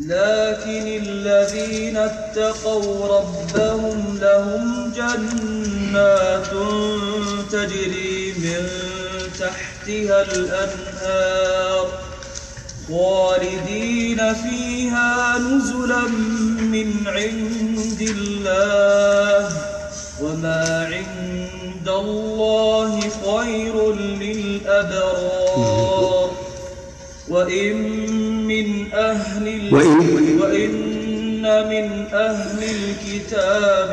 لكن الذين اتقوا ربهم لهم جنات تجري من تحتها الأنهار خالدين فيها نزلا من عند الله وما عند الله خير للأبرار. وإن من أهل الكتاب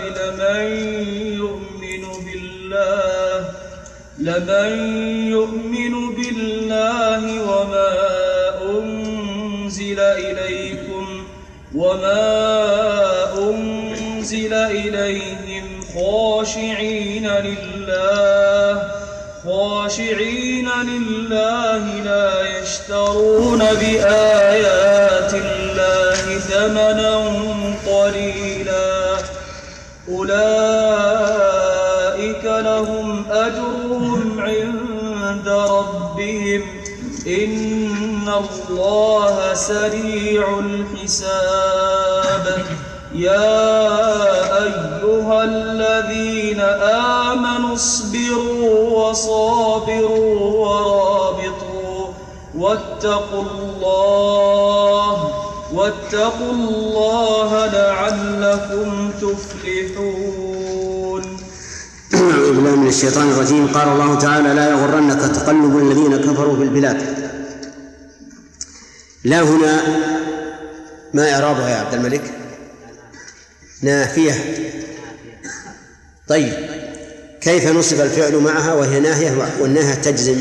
لمن يؤمن بالله وما أنزل إليهم خاشعين لله لا يشترون بآيات الله ثمنا قليلا أولئك لهم أجرهم عند ربهم إن الله سريع الحساب. يا أيها الذين آمنوا اصبروا وصابروا ورابطوا واتقوا الله لعلكم تفلحون. أعوذ بالله من الشيطان الرجيم. قال الله تعالى: لا يغرنك تقلب الذين كفروا في البلاد. لا هنا ما إعرابها يا عبد الملك؟ نافية. طيب كيف نصب الفعل معها وهي ناهية والناهية تجزم؟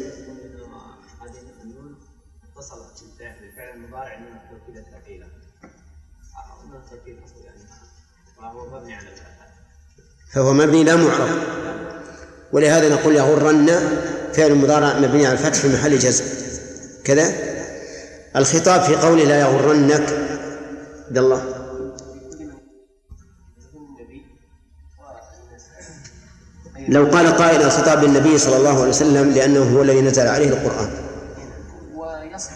فهو مبني لا معرب، ولهذا نقول يغرن فعل مضارع مبني على الفتح في محل جزم كذا. الخطاب في قوله لا يغرنك عبد الله لو قال قائل الخطاب للنبي صلى الله عليه وسلم لأنه هو الذي نزل عليه القرآن، ويصح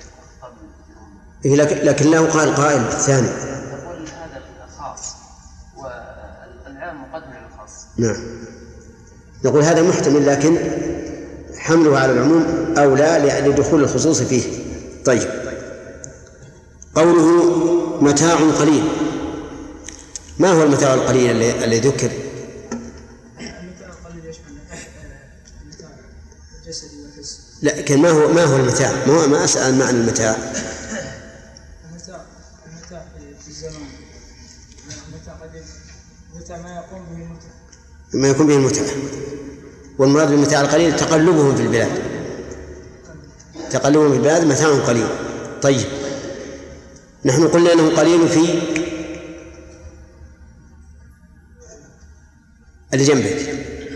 أيضا لكن له قال قائل ثاني يقول هذا خاص والعام مقدم على الخاص. نعم نقول هذا محتمل، لكن حمله على العموم أولى لدخول الخصوص فيه. طيب قوله متاع قليل، ما هو المتاع القليل الذي ذكر؟ لكن ما هو المتاع؟ ما أسأل معنى المتاع. المتاع في الزمان، المتاع ما يكون به المتعة. والمراد بالمتاع القليل تقلبهم في البلاد متاع قليل. طيب نحن قلنا أنه قليل في اللي جنبك.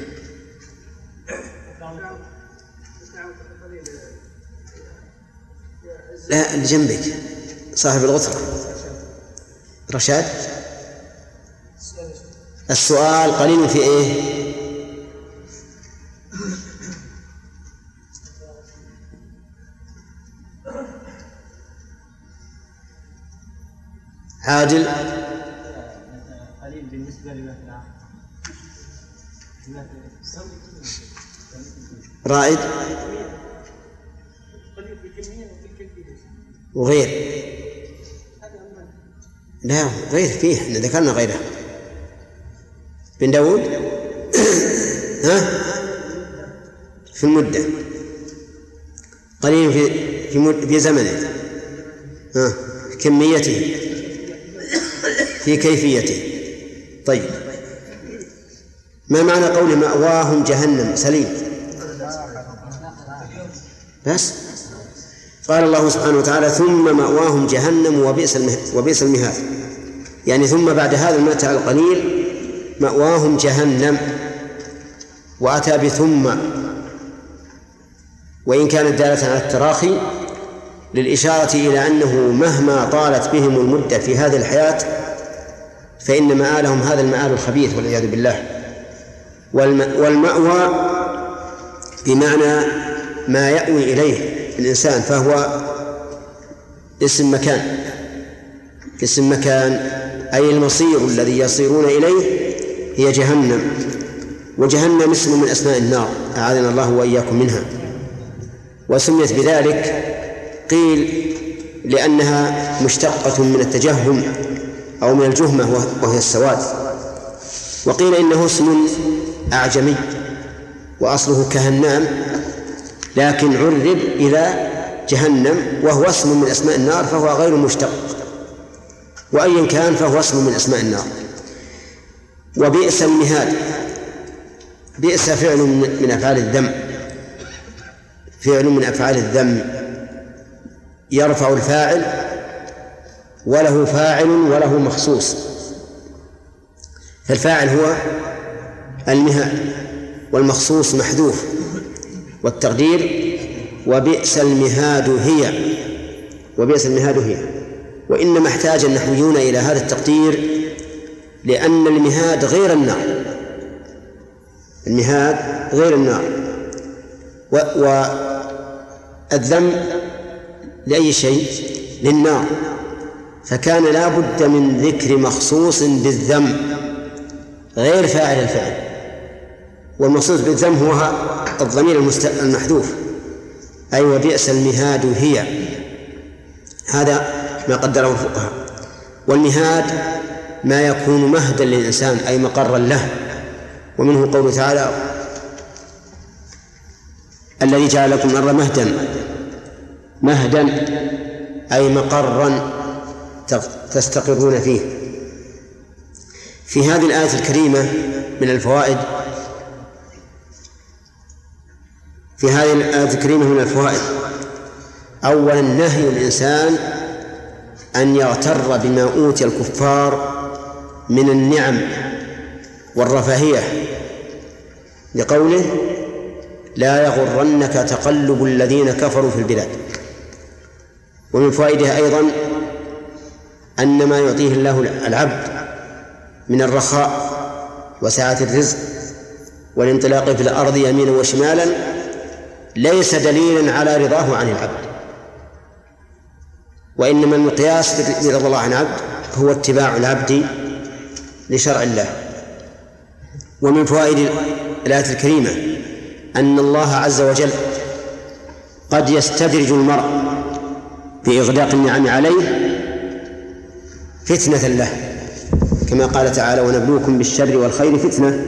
لا اللي جنبك صاحب الغثرة رشاد. السؤال قليل في ايه؟ عادل قليل بالنسبة لما في الآخر. رائد وغير. لا غير فيه، احنا ذكرنا غيره. بن داود ها في المدة، قليل في زمنه، ها كميته، في كيفيته. طيب ما معنى قول مأواهم جهنم؟ سليم بس. قال الله سبحانه وتعالى ثم مأواهم جهنم وبئس المهاد، يعني ثم بعد هذا المتاع القليل مأواهم جهنم، وأتى بثم وإن كانت دالة على التراخي للإشارة إلى أنه مهما طالت بهم المدة في هذه الحياة فإن مآلهم هذا المآل الخبيث والعياذ بالله. والمأوى بمعنى ما يأوي إليه الإنسان، فهو اسم مكان اسم مكان، أي المصير الذي يصيرون إليه هي جهنم. وجهنم اسم من أسماء النار، أعاذنا الله وإياكم منها. وسميت بذلك قيل لأنها مشتقة من التجهم أو من الجهمة وهي السواد، وقيل إنه اسم أعجمي وأصله كهنام، لكن عرب إلى جهنم وهو اسم من أسماء النار فهو غير مشتق، وأيا كان فهو اسم من أسماء النار. وبئس المهاد، بئس فعل من أفعال الذم، فعل من أفعال الذم يرفع الفاعل وله فاعل وله مخصوص، فالفاعل هو المهاد والمخصوص محذوف، والتقدير وبئس المهاد هي، وبئس المهاد هي. وإنما احتاج النحويون إلى هذا التقدير لأن المهاد غير النار، المهاد غير النار، والذم لأي شيء؟ للنار، فكان لا بد من ذكر مخصوص بالذم غير فاعل الفعل، والمخصوص بالذم هو الضمير المحذوف، أي وبئس المهاد هي. هذا ما قدره الفقهاء. والمهاد ما يكون مهدا للإنسان أي مقرا له، ومنه قوله تعالى الذي جعل لكم الأرض مهدا أي مقرا تستقرون فيه. في هذه الآية الكريمة من الفوائد، أولا نهي الإنسان أن يغتر بما أوتي الكفار من النعم والرفاهية، لقوله لا يغرنك تقلب الذين كفروا في البلاد. ومن فوائدها أيضا أن ما يعطيه الله العبد من الرخاء وسعة الرزق والانطلاق في الأرض يمينا وشمالا ليس دليلا على رضاه عن العبد، وإنما المقياس برضا الله عن العبد هو اتباع العبد لشرع الله. ومن فوائد الآية الكريمة أن الله عز وجل قد يستدرج المرء بإغداق النعم عليه فتنة له، كما قال تعالى ونبلوكم بالشر والخير فتنة.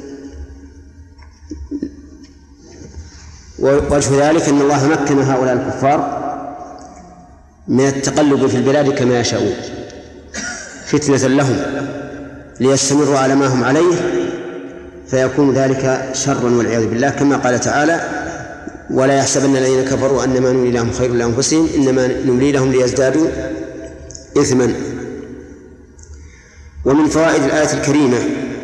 ووجه ذلك أن الله مكن هؤلاء الكفار من التقلب في البلاد كما يشاءون فتنة لهم ليستمروا على ما هم عليه، فيكون ذلك شرا والعياذ بالله، كما قال تعالى ولا يحسبن الذين كفروا أنما نملي لهم خير لأنفسهم إنما نملي لهم ليزدادوا إثما. ومن فوائد الآية الكريمة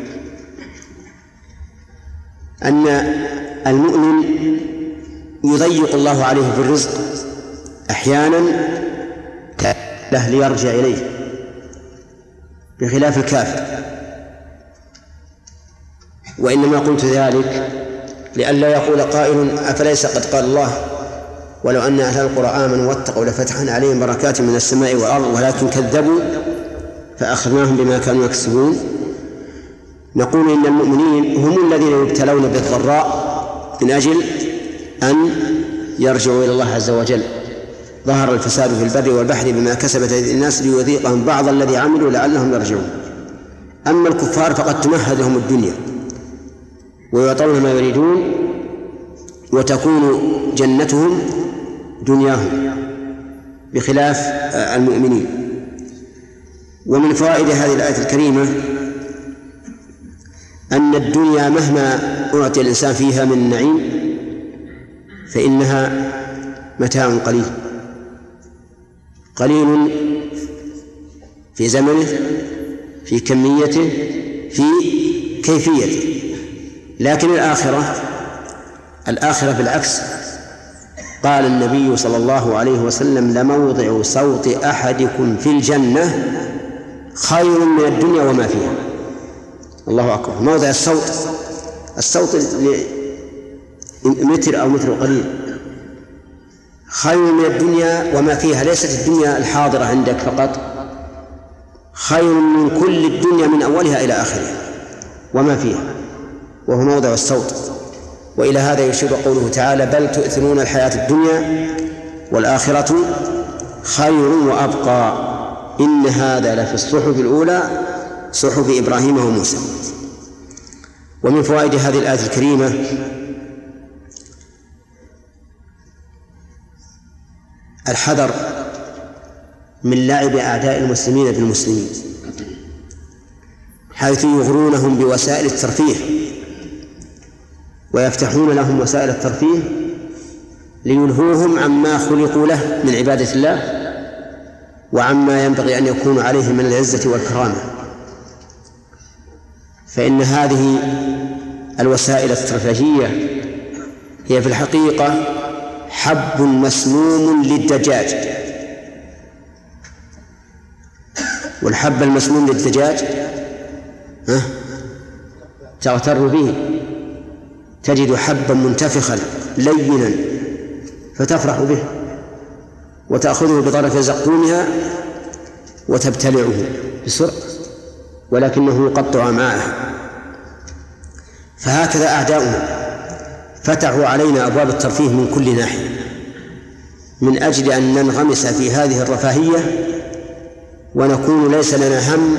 أن المؤمن يضيق الله عليه في الرزق أحيانا له ليرجع إليه، بخلاف الكافر. وإنما قلت ذلك لئلا يقول قائل أفليس قد قال الله ولو أن أهل القرى آمنوا واتقوا لفتحنا عليهم بركات من السماء والأرض ولكن كذبوا فأخذناهم بما كانوا يكسبون. نقول إن المؤمنين هم الذين يبتلون بالضراء من أجل أن يرجعوا إلى الله عز وجل. ظهر الفساد في البر والبحر بما كسبت أيدي الناس ليذيقهم بعض الذي عملوا لعلهم يرجعون. أما الكفار فقد تمهد لهم الدنيا ويعطون ما يريدون وتكون جنتهم دنياهم بخلاف المؤمنين. ومن فوائد هذه الآية الكريمة أن الدنيا مهما أعطي الإنسان فيها من النعيم فإنها متاع قليل في زمنه، في كميته، في كيفيته. لكن الآخرة بالعكس. قال النبي صلى الله عليه وسلم لموضع صوت أحدكم في الجنة خير من الدنيا وما فيها. الله أكبر. موضع الصوت متر أو متر قليل خير من الدنيا وما فيها. ليست الدنيا الحاضرة عندك فقط، خير من كل الدنيا من أولها إلى آخرها وما فيها، وهو موضع الصوت. وإلى هذا يشير قوله تعالى: بل تؤثرون الحياة الدنيا والآخرة خير وأبقى إن هذا لفي الصحف الأولى صحف إبراهيم وموسى. ومن فوائد هذه الآية الكريمة الحذر من لعب أعداء المسلمين بالمسلمين، حيث يغرونهم بوسائل الترفيه ويفتحون لهم وسائل الترفيه ليلهوهم عما خلقوا له من عبادة الله وعما ينبغي أن يكونوا عليه من العزة والكرامة. فإن هذه الوسائل الترفيهية هي في الحقيقة حب مسموم للدجاج، والحب المسموم للدجاج تغتر به، تجد حبا منتفخا لينا فتفرح به وتأخذه بطرف زقومها وتبتلعه بسرعة، ولكنه يقطع أمعاءها. فهكذا أعداؤنا فتحوا علينا أبواب الترفيه من كل ناحية من أجل أن ننغمس في هذه الرفاهية ونكون ليس لنا هم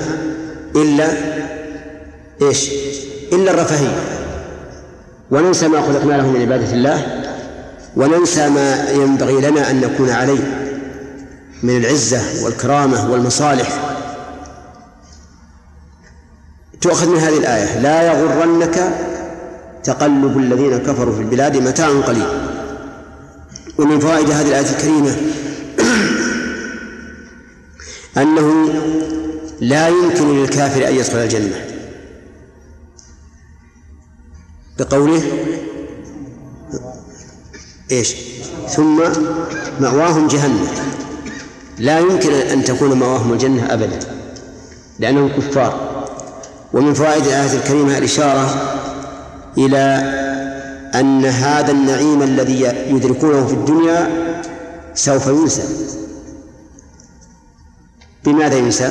إلا الرفاهية، وننسى ما خلقنا له من عبادة الله، وننسى ما ينبغي لنا أن نكون عليه من العزة والكرامة والمصالح. تؤخذ من هذه الآية: لا يغرنك تقلب الذين كفروا في البلاد متاع قليل. ومن فوائد هذه الآية الكريمة أنه لا يمكن للكافر أن يدخل الجنة، بقوله ثم مأواهم جهنم. لا يمكن أن تكون مأواهم الجنة أبدا لأنهم كفار. ومن فوائد الآية الكريمة الإشارة إلى أن هذا النعيم الذي يدركونه في الدنيا سوف ينسى. بماذا ينسى؟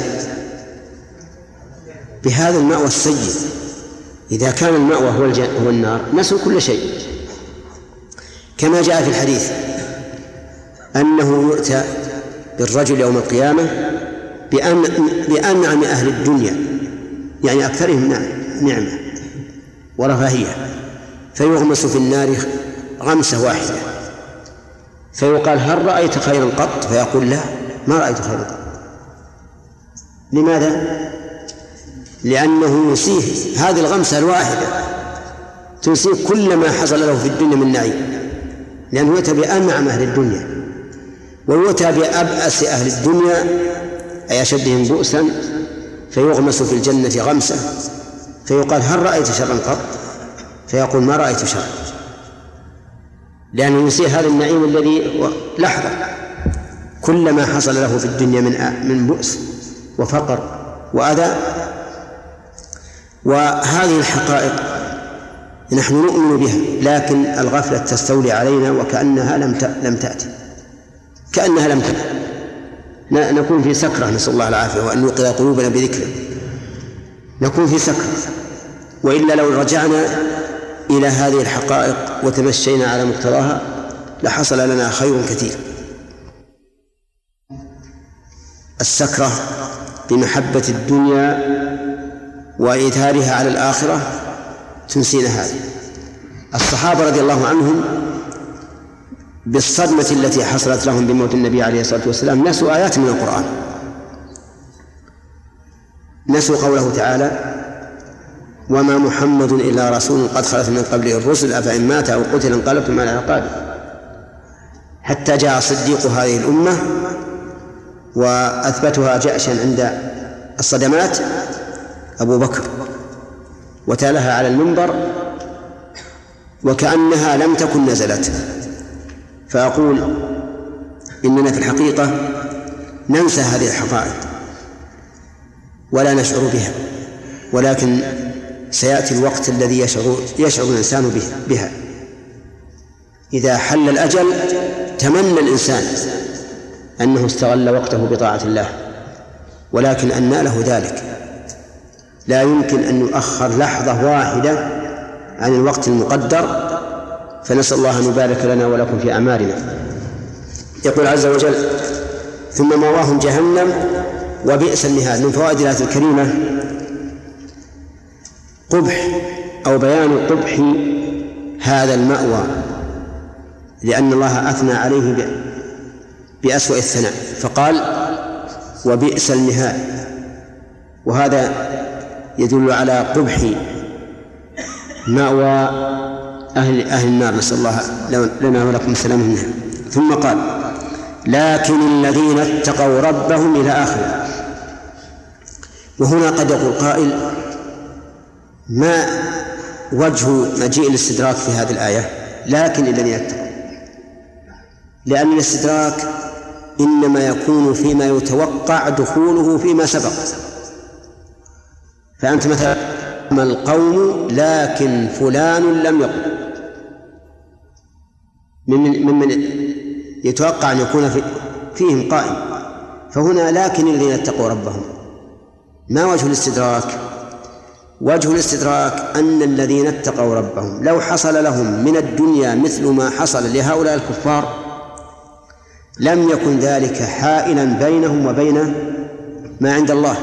بهذا المأوى السيء. إذا كان المأوى هو النار نسوا كل شيء، كما جاء في الحديث أنه يؤتى بالرجل يوم القيامة بأنعم أهل الدنيا، يعني أكثرهم نعمة ورفاهية، فيغمس في النار غمسة واحدة فيقال: هل رأيت خيرا قط؟ فيقول: لا، ما رأيت خيرا قط. لماذا؟ لأنه يسيه هذه الغمسة الواحدة تسيه كل ما حصل له في الدنيا من نعيم، لأنه يؤتى بأنعم أهل الدنيا ويؤتى بأبأس أهل الدنيا أي أشدهم بؤسا فيغمس في الجنة غمسة فيقال: هل رأيت شرا قط؟ فيقول: ما رأيت شرا، لأنه يسيه هذا النعيم الذي لحظة كل ما حصل له في الدنيا من بؤس وفقر وأذى. وهذه الحقائق نحن نؤمن بها، لكن الغفلة تستولي علينا وكأنها لم تأتي، كأنها لم تأتي. نكون في سكرة، نسأل الله العافية وأن يوقظ قلوبنا بذكره، نكون في سكرة. وإلا لو رجعنا إلى هذه الحقائق وتمشينا على مقتضاها لحصل لنا خير كثير. السكرة بمحبة الدنيا وإيثارها على الآخرة تنسينا هذه. الصحابة رضي الله عنهم بالصدمة التي حصلت لهم بموت النبي عليه الصلاة والسلام نسوا آيات من القرآن، نسوا قوله تعالى: وما محمد إلا رسول قد خلت من قبله الرسل أفإن مات أو قتل انقلبتم على أعقابكم. حتى جاء صديق هذه الأمة وأثبتها جأشا عند الصدمات أبو بكر، وتالها على المنبر وكأنها لم تكن نزلت. فأقول إننا في الحقيقة ننسى هذه الحقائق ولا نشعر بها، ولكن سيأتي الوقت الذي يشعر الإنسان بها. إذا حل الأجل تمنى الإنسان أنه استغل وقته بطاعة الله، ولكن أن له ذلك، لا يمكن أن يؤخر لحظة واحدة عن الوقت المقدر، فنسأل الله أن يبارك لنا ولكم في أعمالنا. يقول عز وجل: ثم مأواهم جهنم وبئس المهاد. من فوائد الآية الكريمة قبح أو بيان قبح هذا المأوى، لأن الله أثنى عليه بأسوأ الثناء فقال: وبئس المهاد، وهذا يدل على قبح مأوى أهل النار، نسأل الله لنا ولكم السلامة منها. ثم قال: لكن الذين اتقوا ربهم إلى آخره. وهنا قد يقول قائل: ما وجه مجيء الاستدراك في هذه الآية؟ لكن الذين اتقوا، لأن الاستدراك إنما يكون فيما يتوقع دخوله فيما سبق. فأنت مثلا ما القوم لكن فلان لم يقل، ممن يتوقع أن يكون فيهم قائم، فهنا لكن الذين اتقوا ربهم. ما وجه الاستدراك؟ وجه الاستدراك أن الذين اتقوا ربهم لو حصل لهم من الدنيا مثل ما حصل لهؤلاء الكفار لم يكن ذلك حائلا بينهم وبين ما عند الله.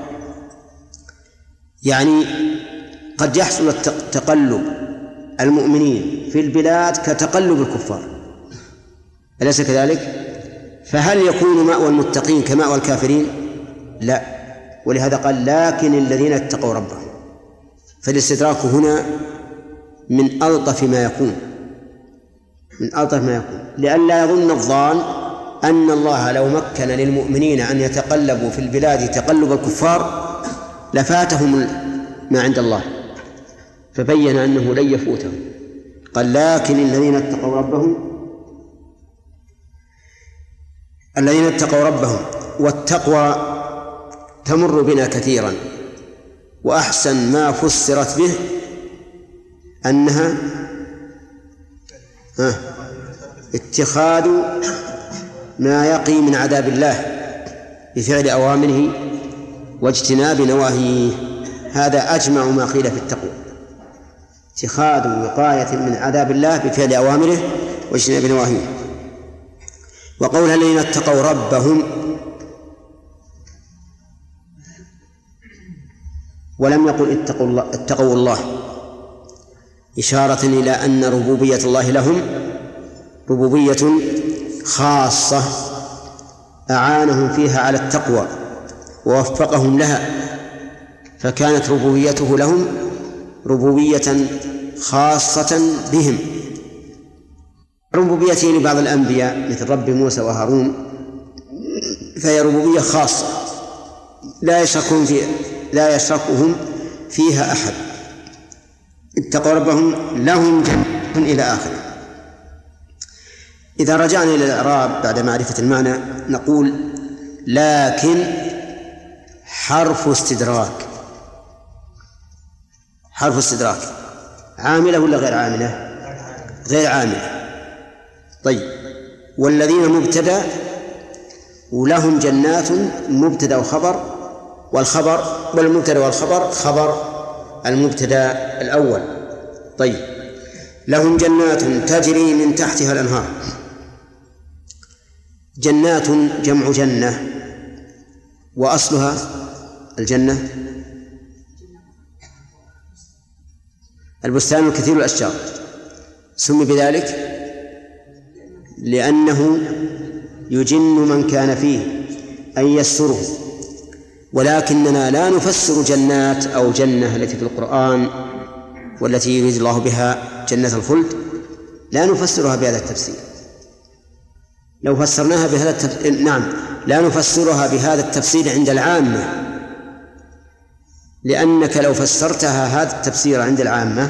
يعني قد يحصل تقلب المؤمنين في البلاد كتقلب الكفار، أليس كذلك؟ فهل يكون مأوى المتقين كمأوى الكافرين؟ لا. ولهذا قال: لكن الذين اتقوا ربهم. فالاستدراك هنا من ألطف ما يكون، لئلا يظن الظان أن الله لو مكن للمؤمنين أن يتقلبوا في البلاد تقلب الكفار لفاتهم ما عند الله، فبين أنه لن يفوتهم. قال: لكن الذين اتقوا ربهم. والتقوى تمر بنا كثيرا، وأحسن ما فسرت به أنها اتخاذ ما يقي من عذاب الله بفعل أوامره واجتناب نواهيه. هذا أجمع ما قيل في التقوى، اتخاذ وقاية من عذاب الله بفعل أوامره واجتناب نواهيه. وقولها الذين اتقوا ربهم ولم يقل اتقوا الله، إشارة إلى أن ربوبية الله لهم ربوبية خاصة أعانهم فيها على التقوى ووفقهم لها، فكانت ربوبيته لهم ربوبية خاصة بهم. ربوبيته لبعض الأنبياء مثل رب موسى وهارون فهي ربوبية خاصة لا يشركهم فيها أحد. اتقوا ربهم لهم جنة إلى آخره. إذا رجعنا إلى الإعراب بعد معرفة المعنى نقول: لكن حرف استدراك. حرف استدراك عاملة ولا غير عاملة؟ غير عاملة. طيب، والذين مبتدأ ولهم جنات مبتدأ وخبر، والمبتدأ والخبر خبر المبتدأ الأول. طيب، لهم جنات تجري من تحتها الأنهار. جنات جمع جنة، وأصلها الجنة البستان الكثير الأشجار، سمي بذلك لأنه يجن من كان فيه أن يسره. ولكننا لا نفسر جنات أو جنة التي في القرآن والتي يريد الله بها جنة الخلد، لا نفسرها بهذا التفسير. لو فسرناها بهذا التفسير لا نفسرها بهذا التفسير عند العامة، لأنك لو فسرتها هذا التفسير عند العامة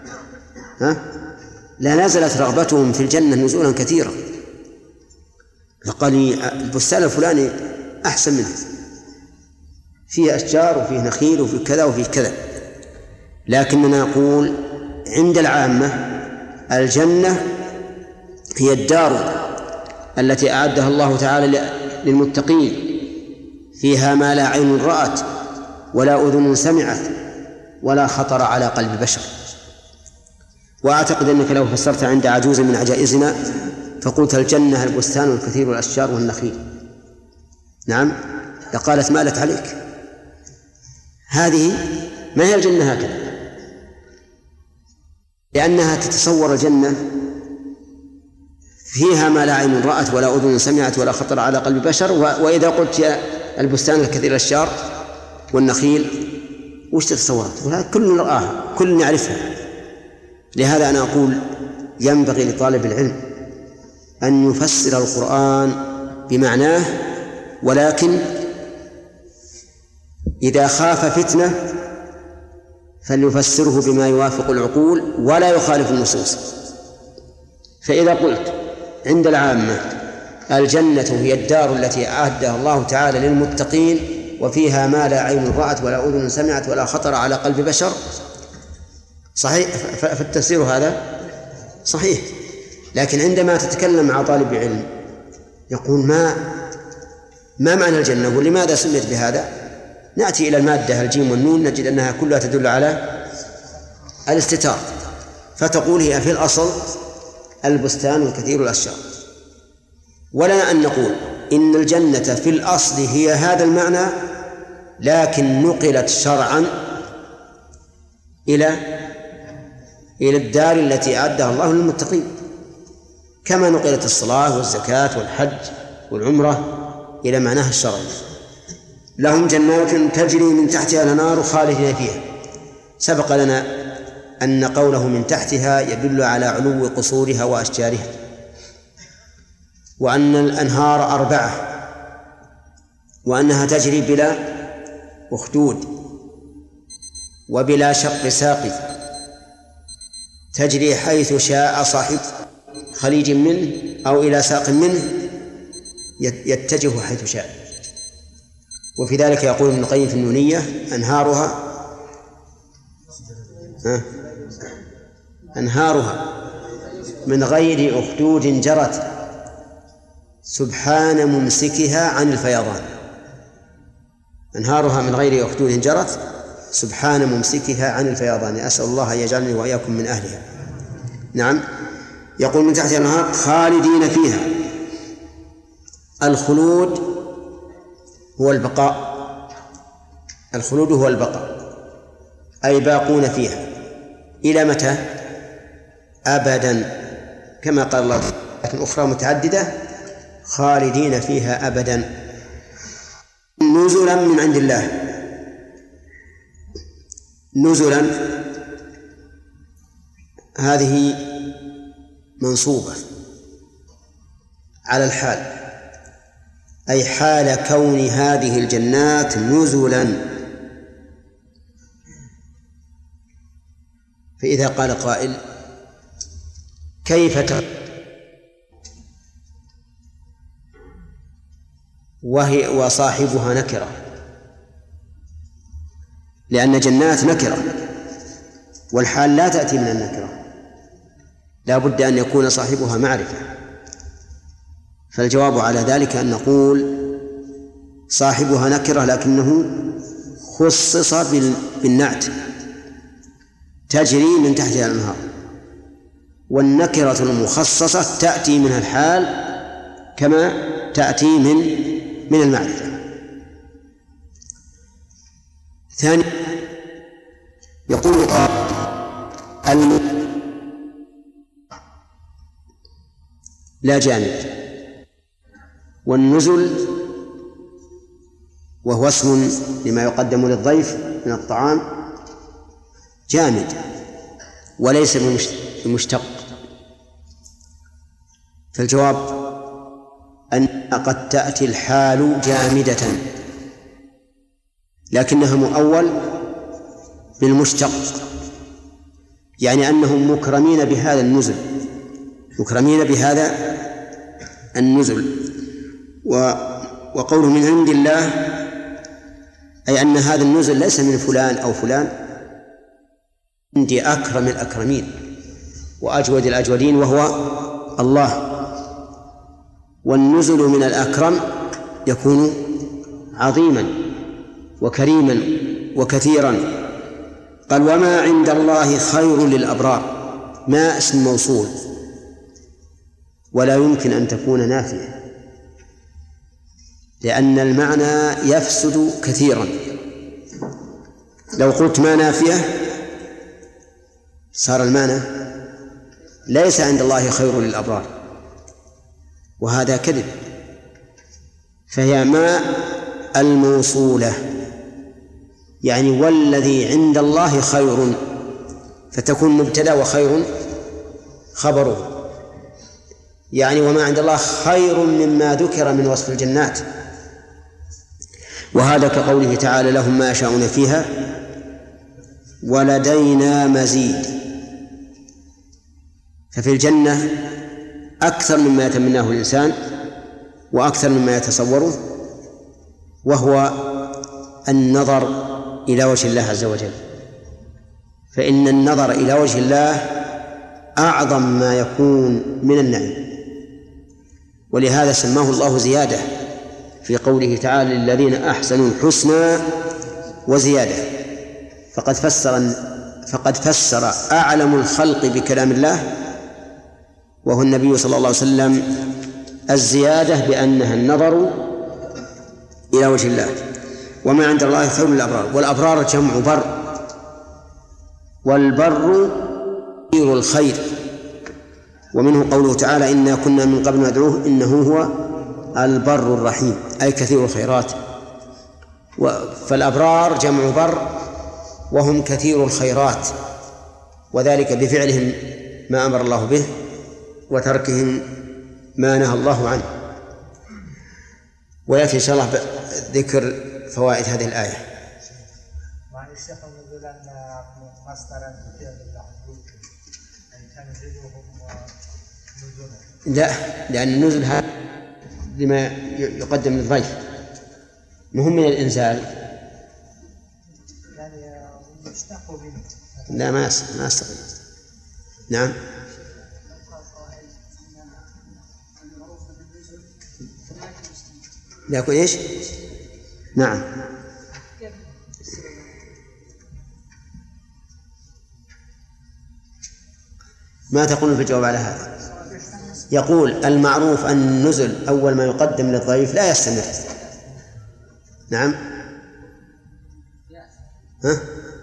لا نزلت رغبتهم في الجنة نزولا كثيرا، فقال لي البستان الفلاني أحسن منه، فيه أشجار وفيه نخيل وفيه كذا وفيه كذا. لكننا نقول عند العامة الجنة هي الدار التي أعدها الله تعالى للمتقين فيها ما لا عين رأت ولا أذن سمعت ولا خطر على قلب بشر. وأعتقد أنك لو فسرت عند عجوز من عجائزنا فقلت الجنة البستان الكثير والأشجار والنخيل، نعم، لقالت مالت عليك. هذه ما هي الجنة هكذا، لأنها تتصور الجنة فيها ما لا عين رأت ولا أذن سمعت ولا خطر على قلب بشر. وإذا قلت يا البستان الكثير الأشجار والنخيل وش تتصور؟ كل رآها، كل يعرفها. لهذا أنا أقول ينبغي لطالب العلم أن يفسر القرآن بمعناه، ولكن إذا خاف فتنة فليفسره بما يوافق العقول ولا يخالف النصوص. فإذا قلت عند العامة الجنة هي الدار التي أعدها الله تعالى للمتقين وفيها ما لا عين رأت ولا أذن سمعت ولا خطر على قلب بشر، صحيح، فالتفسير هذا صحيح. لكن عندما تتكلم مع طالب علم يقول ما معنى الجنة ولماذا سميت بهذا، نأتي إلى المادة الجيم والنون نجد أنها كلها تدل على الاستتار، فتقول هي في الأصل البستان الكثير الأشجار. ولا أن نقول إن الجنة في الأصل هي هذا المعنى، لكن نقلت شرعا إلى الدار التي أعدها الله للمتقين، كما نقلت الصلاة والزكاة والحج والعمرة إلى معناها الشرعي. لهم جنات تجري من تحتها الأنهار خالدين فيها. سبق لنا أن قوله من تحتها يدل على علو قصورها وأشجارها، وأن الأنهار 4، وأنها تجري بلا أخدود وبلا شق ساقي، تجري حيث شاء صاحب خليج منه أو إلى ساق منه يتجه حيث شاء. وفي ذلك يقول ابن القيم في النونية أنهارها من غير أخدود جرت سبحان ممسكها عن الفيضان. أنهارها من غير أخدود جرت سبحان ممسكها عن الفيضان. أسأل الله أن يجعلني وإياكم من أهلها. نعم، يقول من تحتها الأنهار خالدين فيها. الخلود هو البقاء، الخلود هو البقاء، أي باقون فيها إلى متى؟ أبدا، كما قال الله، لكن أخرى متعددة خالدين فيها أبدا نزلا من عند الله. نزلا هذه منصوبة على الحال، أي حال كون هذه الجنات نزلا. فإذا قال قائل كيف وصاحبها نكرة؟ لأن جنات نكرة والحال لا تأتي من النكرة، لا بد أن يكون صاحبها معرفة. فالجواب على ذلك أن نقول صاحبها نكرة لكنه خصص بالنعت، تجري من تحتها الأنهار، والنكرة المخصصة تأتي من الحال كما تأتي من المعرفة. ثاني يقول لا جامد، والنزل وهو اسم لما يقدم للضيف من الطعام جامد وليس بمشتق. فالجواب أن قد تأتي الحال جامدة لكنها مؤول بالمشتق، يعني أنهم مكرمين بهذا النزل، مكرمين بهذا النزل. وقوله من عند الله أي أن هذا النزل ليس من فلان أو فلان، عندي أكرم الأكرمين وأجود الأجودين وهو الله. والنزل من الأكرم يكون عظيما وكريما وكثيرا. قال وما عند الله خير للأبرار، ما اسم موصول ولا يمكن أن تكون نافية، لأن المعنى يفسد كثيرا. لو قلت ما نافية صار المعنى ليس عند الله خير للأبرار، وهذا كذب. فهي ما الموصولة، يعني والذي عند الله خير، فتكون مبتدأ وخير خبره، يعني وما عند الله خير مما ذكر من وصف الجنات. وهذا كقوله تعالى لهم ما يشاءون فيها ولدينا مزيد. ففي الجنة أكثر مما يتمناه الإنسان وأكثر مما يتصوره، وهو النظر إلى وجه الله عز وجل. فإن النظر إلى وجه الله أعظم ما يكون من النعيم، ولهذا سماه الله زيادة في قوله تعالى للذين أحسنوا الحسنى وزيادة. فقد فسر أعلم الخلق بكلام الله وهو النبي صلى الله عليه وسلم الزيادة بأنها النظر إلى وجه الله. وما عند الله خير للأبرار، والأبرار جمع بر، والبر كثير الخير، ومنه قوله تعالى إنا كنا من قبل ندعوه إنه هو البر الرحيم، أي كثير الخيرات. فالأبرار جمع بر وهم كثير الخيرات، وذلك بفعلهم ما أمر الله به وتركهم ما نهى الله عنه. ويأتي إن شاء الله ذكر فوائد هذه الآية. مع الشيخ يقول أن مصدرا فعل المحذوف أن تنزلهم ونزلا. لا، لأن النزل هذا لما يقدم للضيف مهم من الإنزال، يعني يشتق منه. لا ما يستطيع. نعم. لكن إيش؟ نعم. ما تقول في الجواب على هذا؟ يقول المعروف أن النزل أول ما يقدم للضيف لا يستمر. نعم. ها؟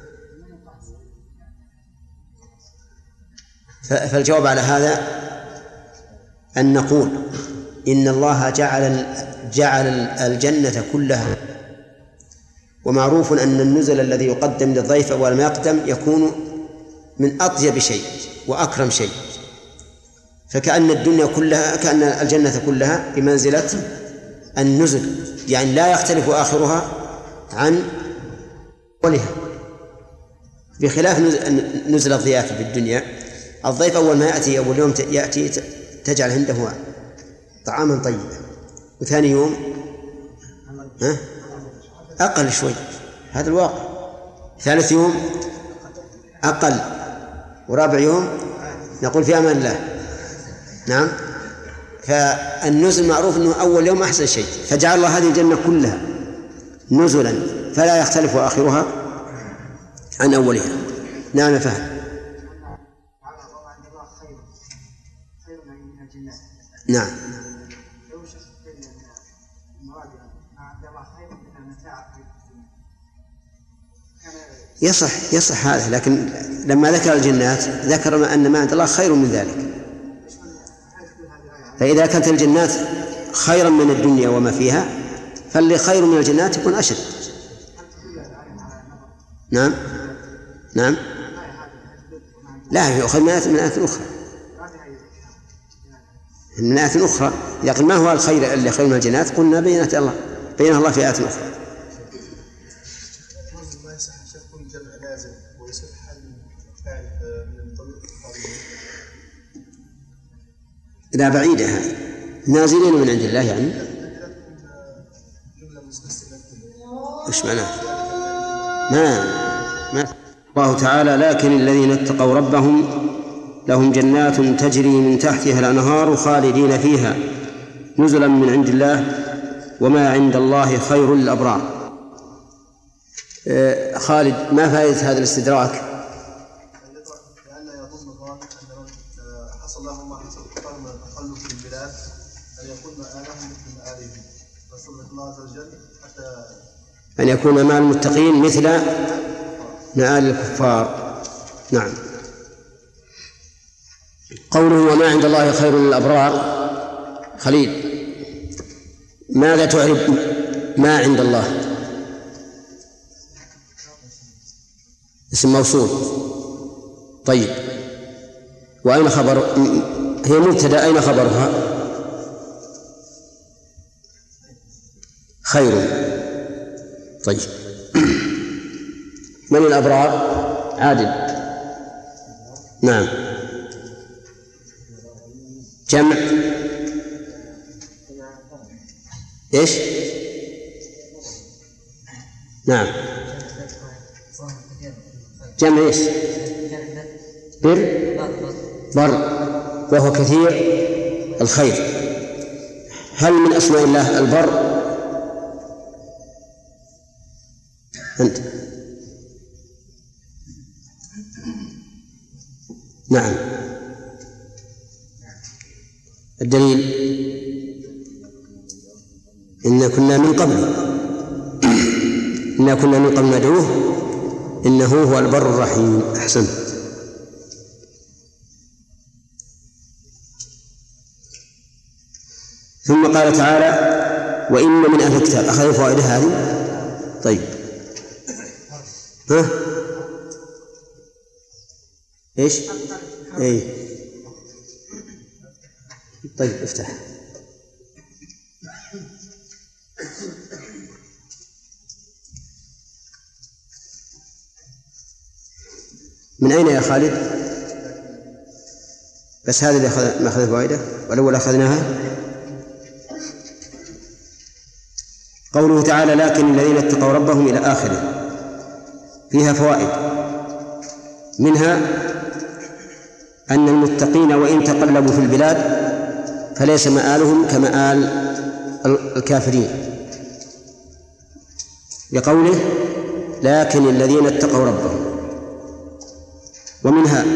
فالجواب على هذا أن نقول إن الله جعل الجنة كلها، ومعروف أن النزل الذي يقدم للضيف أول ما يقدم يكون من أطيب شيء وأكرم شيء، فكأن الدنيا كلها كأن الجنة كلها بمنزلة النزل، يعني لا يختلف آخرها عن أولها، بخلاف نزل الضيافة في الدنيا. الضيف أول ما يأتي أول يوم يأتي تجعل عنده طعاما طيبا، وثاني يوم أقل شوي، هذا الواقع. ثالث يوم أقل، ورابع يوم نقول في أمان الله. نعم. فالنزل معروف أنه أول يوم أحسن شيء، فجعل الله هذه الجنة كلها نزلا فلا يختلف آخرها عن أولها. نعم فهم. نعم. يصح هذا، لكن لما ذكر الجنات ذكر أن ما عند الله خير من ذلك. فإذا كانت الجنات خيرا من الدنيا وما فيها، فاللي خير من الجنات يكون أشد. نعم. نعم. لا، يؤخذ من آيات أخرى، من آيات أخرى. لكن ما هو الخير اللي خير من الجنات؟ قلنا بينها الله في آيات أخرى. لا بعيدة، هذه نازلين من عند الله، يعني إيش معناه؟ ما الله تعالى لكن الذين اتقوا ربهم لهم جنات تجري من تحتها الأنهار خالدين فيها نزلا من عند الله وما عند الله خير للأبرار. خالد، ما فائدة هذا الاستدراك؟ لأن يظن الظالم أن من حصل له ما حصل من التخلف في البلاد أن يكون مآلهم مثل مآلهم، فسبحانه الله عز وجل حتى أن يكون مع المتقين مثل مآل الكفار. نعم. قوله وما عند الله خير للأبرار، خليل ماذا تعرف ما عند الله؟ اسم موصول. طيب، وأين خبر؟ هي مبتدأ، أين خبرها؟ خير. طيب، من الأبرار؟ عادل. نعم. جمع إيش؟ نعم، جمع إيش؟ بر، وهو كثير الخير. هل من أسماء الله البر؟ أنت. نعم. الدليل إنا كنا من قبل ندعوه إنه هو البر الرحيم. أحسنت. ثم قال تعالى وإن من أهل الكتاب. أخذ فوائد هذه. طيب، ها إيش؟ إيه، طيب افتح. من أين يا خالد؟ بس هذا اللي ما أخذ فوائده، والأول أخذناها. قوله تعالى لكن الذين اتقوا ربهم إلى آخره، فيها فوائد. منها أن المتقين وإن تقلبوا في البلاد فليس مآلهم كمآل الكافرين، لقوله لكن الذين اتقوا ربهم. ومنها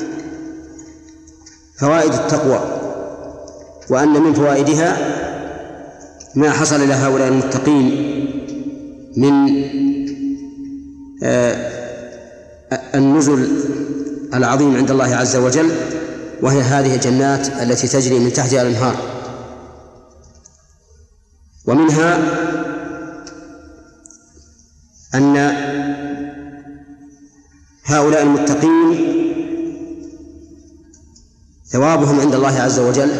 فوائد التقوى، وأن من فوائدها ما حصل لهؤلاء المتقين من النزل العظيم عند الله عز وجل، وهي هذه الجنات التي تجري من تحتها الأنهار. ومنها أن هؤلاء المتقين ثوابهم عند الله عز وجل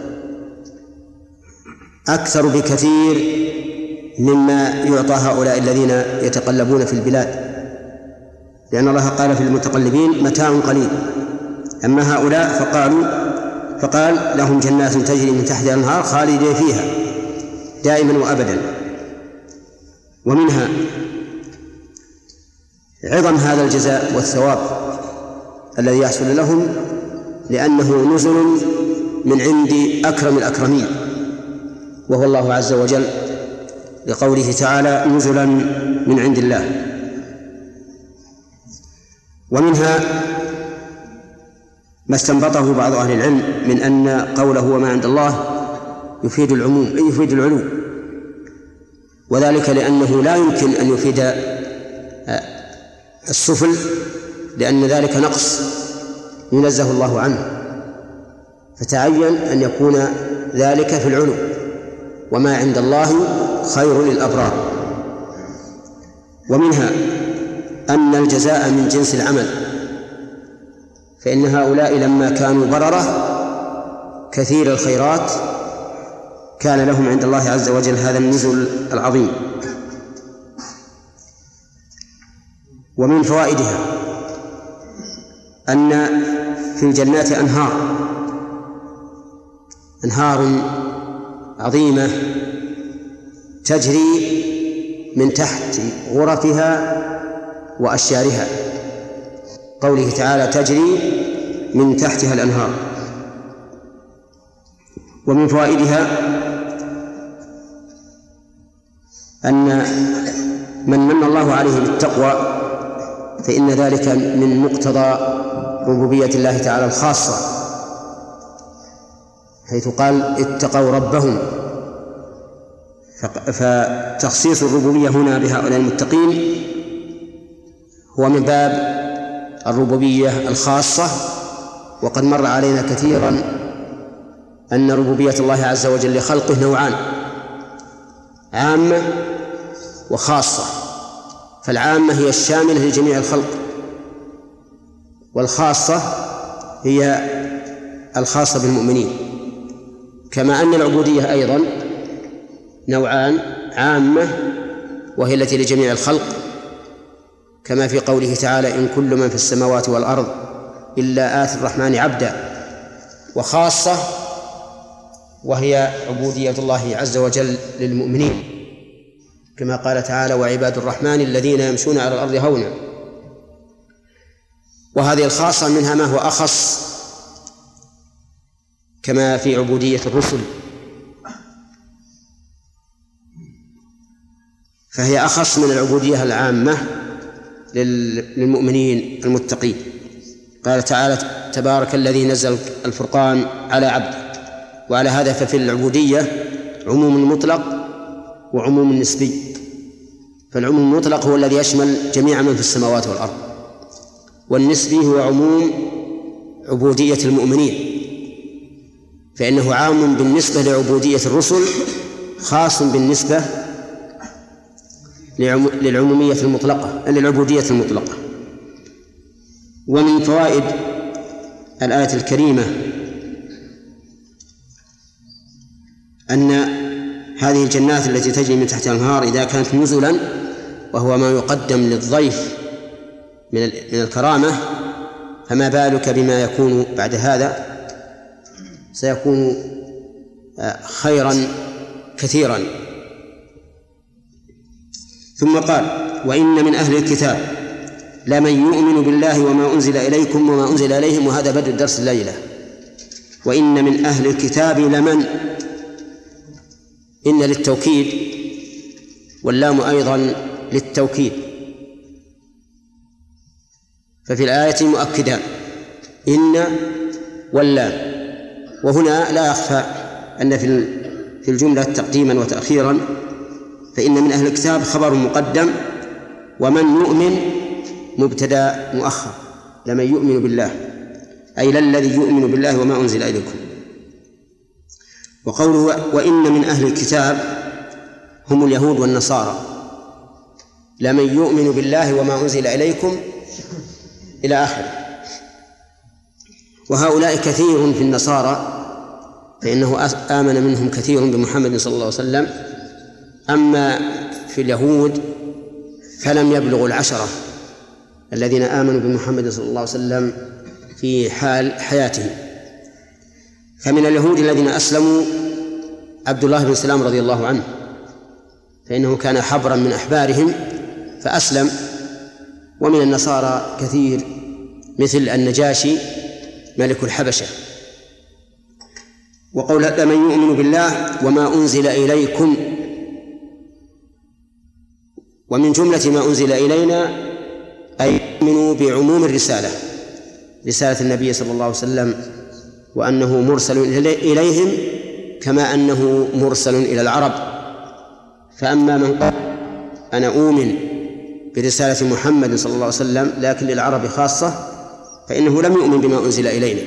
أكثر بكثير مما يعطى هؤلاء الذين يتقلبون في البلاد، لأن الله قال في المتقلبين متاع قليل. أما هؤلاء فقال لهم جنات تجري من تحتها الأنهار خالدين فيها دائما وأبدا. ومنها عظم هذا الجزاء والثواب الذي يحصل لهم، لأنه نزل من عند أكرم الأكرمين وهو الله عز وجل، لقوله تعالى نزلا من عند الله. ومنها ما استنبطه بعض أهل العلم من أن قوله وما عند الله يفيد العموم، أي يفيد العلو، وذلك لأنه لا يمكن أن يفيد السفل، لأن ذلك نقص ينزه الله عنه، فتعين أن يكون ذلك في العلو. وما عند الله خير للأبرار. ومنها أن الجزاء من جنس العمل، فإن هؤلاء لما كانوا بررة كثير الخيرات كان لهم عند الله عز وجل هذا النزل العظيم. ومن فوائدها أن في الجنات أنهار عظيمة تجري من تحت غرفها وأشجارها، قوله تعالى تجري من تحتها الأنهار. ومن فوائدها أن من من الله عليه بالتقوى فإن ذلك من مقتضى ربوبية الله تعالى الخاصة، حيث قال اتقوا ربهم، فتخصيص الربوبية هنا بهؤلاء المتقين هو من باب الربوبية الخاصة. وقد مر علينا كثيرا أن ربوبية الله عز وجل لخلقه نوعان: عامة وخاصة. فالعامة هي الشاملة لجميع الخلق، والخاصة هي الخاصة بالمؤمنين. كما أن العبودية أيضا نوعان: عامة وهي التي لجميع الخلق، كما في قوله تعالى: إن كل من في السماوات والأرض إلا آتي الرحمن عبدا. وخاصة وهي عبودية الله عز وجل للمؤمنين، كما قال تعالى: وعباد الرحمن الذين يمشون على الأرض هونا. وهذه الخاصة منها ما هو أخص، كما في عبودية الرسل، فهي أخص من العبودية العامة للمؤمنين المتقين. قال تعالى: تبارك الذي نزل الفرقان على عبده. وعلى هذا ففي العبودية عموم مطلق وعموم نسبي. فالعموم المطلق هو الذي يشمل جميع من في السماوات والأرض، والنسبي هو عموم عبودية المؤمنين، فإنه عام بالنسبة لعبودية الرسل، خاص بالنسبة للعمومية المطلقة، للعبودية المطلقة. ومن فوائد الآية الكريمة أن هذه الجنات التي تجري من تحتها الأنهار إذا كانت نزلا، وهو ما يقدم للضيف من الكرامة، فما بالك بما يكون بعد هذا؟ سيكون خيرا كثيرا. ثم قال: وإن من أهل الكتاب لمن يؤمن بالله وما أنزل إليكم وما أنزل إليهم. وهذا بدء الدرس الليلة. وإن من أهل الكتاب لمن، إن للتوكيد، واللام أيضا للتوكيد، ففي الآية مؤكدان: إن واللام. وهنا لا يخفى أن في الجملة تقديما وتأخيرا، فإن من أهل الكتاب خبر مقدم، ومن يؤمن مبتدأ مؤخر. لمن يؤمن بالله أي للذي يؤمن بالله وما أنزل إليكم. وقوله وإن من أهل الكتاب هم اليهود والنصارى، لمن يؤمن بالله وما أنزل إليكم إلى آخره. وهؤلاء كثير في النصارى، فإنه آمن منهم كثير بمحمد صلى الله عليه وسلم. أما في اليهود فلم يبلغوا 10 الذين آمنوا بمحمد صلى الله عليه وسلم في حال حياته. فمن اليهود الذين أسلموا عبد الله بن سلام رضي الله عنه، فإنه كان حبرا من أحبارهم فأسلم. ومن النصارى كثير مثل النجاشي ملك الحبشة. وقول لمن يؤمن بالله وما أنزل إليكم، ومن جملة ما أنزل إلينا أي يؤمنوا بعموم الرسالة، رسالة النبي صلى الله عليه وسلم، وأنه مرسل إليهم كما أنه مرسل إلى العرب. فأما من قال أنا أؤمن برسالة محمد صلى الله عليه وسلم لكن للعرب خاصة، فإنه لم يؤمن بما أنزل إلينا.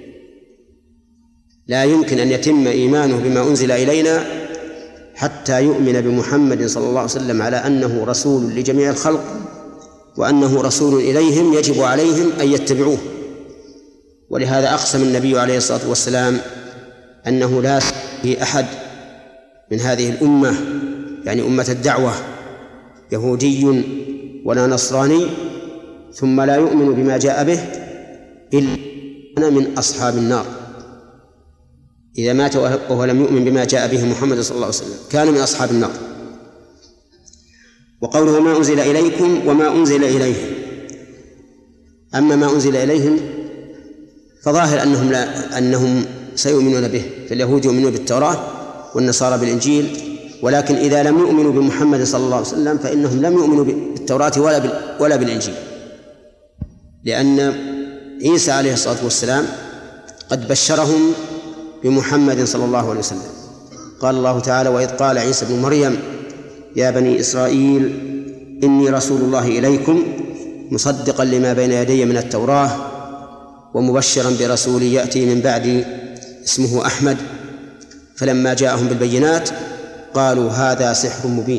لا يمكن أن يتم إيمانه بما أنزل إلينا حتى يؤمن بمحمد صلى الله عليه وسلم على أنه رسول لجميع الخلق، وأنه رسول إليهم يجب عليهم أن يتبعوه. ولهذا أقسم النبي عليه الصلاة والسلام أنه لا في أحد من هذه الأمة، يعني أمة الدعوة، يهودي ولا نصراني ثم لا يؤمن بما جاء به إلا من أصحاب النار. إذا مات وهو لم يؤمن بما جاء به محمد صلى الله عليه وسلم كان من أصحاب النار. وقوله ما أنزل إليكم وما أنزل إليهم، أما ما أنزل إليهم فظاهر أنهم سيؤمنون به، فاليهود يؤمنون بالتوراة والنصارى بالإنجيل ولكن إذا لم يؤمنوا بمحمد صلى الله عليه وسلم فإنهم لم يؤمنوا بالتوراة ولا بالإنجيل، لأن عيسى عليه الصلاة والسلام قد بشرهم بمحمد صلى الله عليه وسلم. قال الله تعالى: وإذ قال عيسى بن مريم يا بني إسرائيل إني رسول الله إليكم مصدقا لما بين يدي من التوراة ومبشرا برسول يأتي من بعدي اسمه أحمد. فلما جاءهم بالبينات قالوا هذا سحر مبين.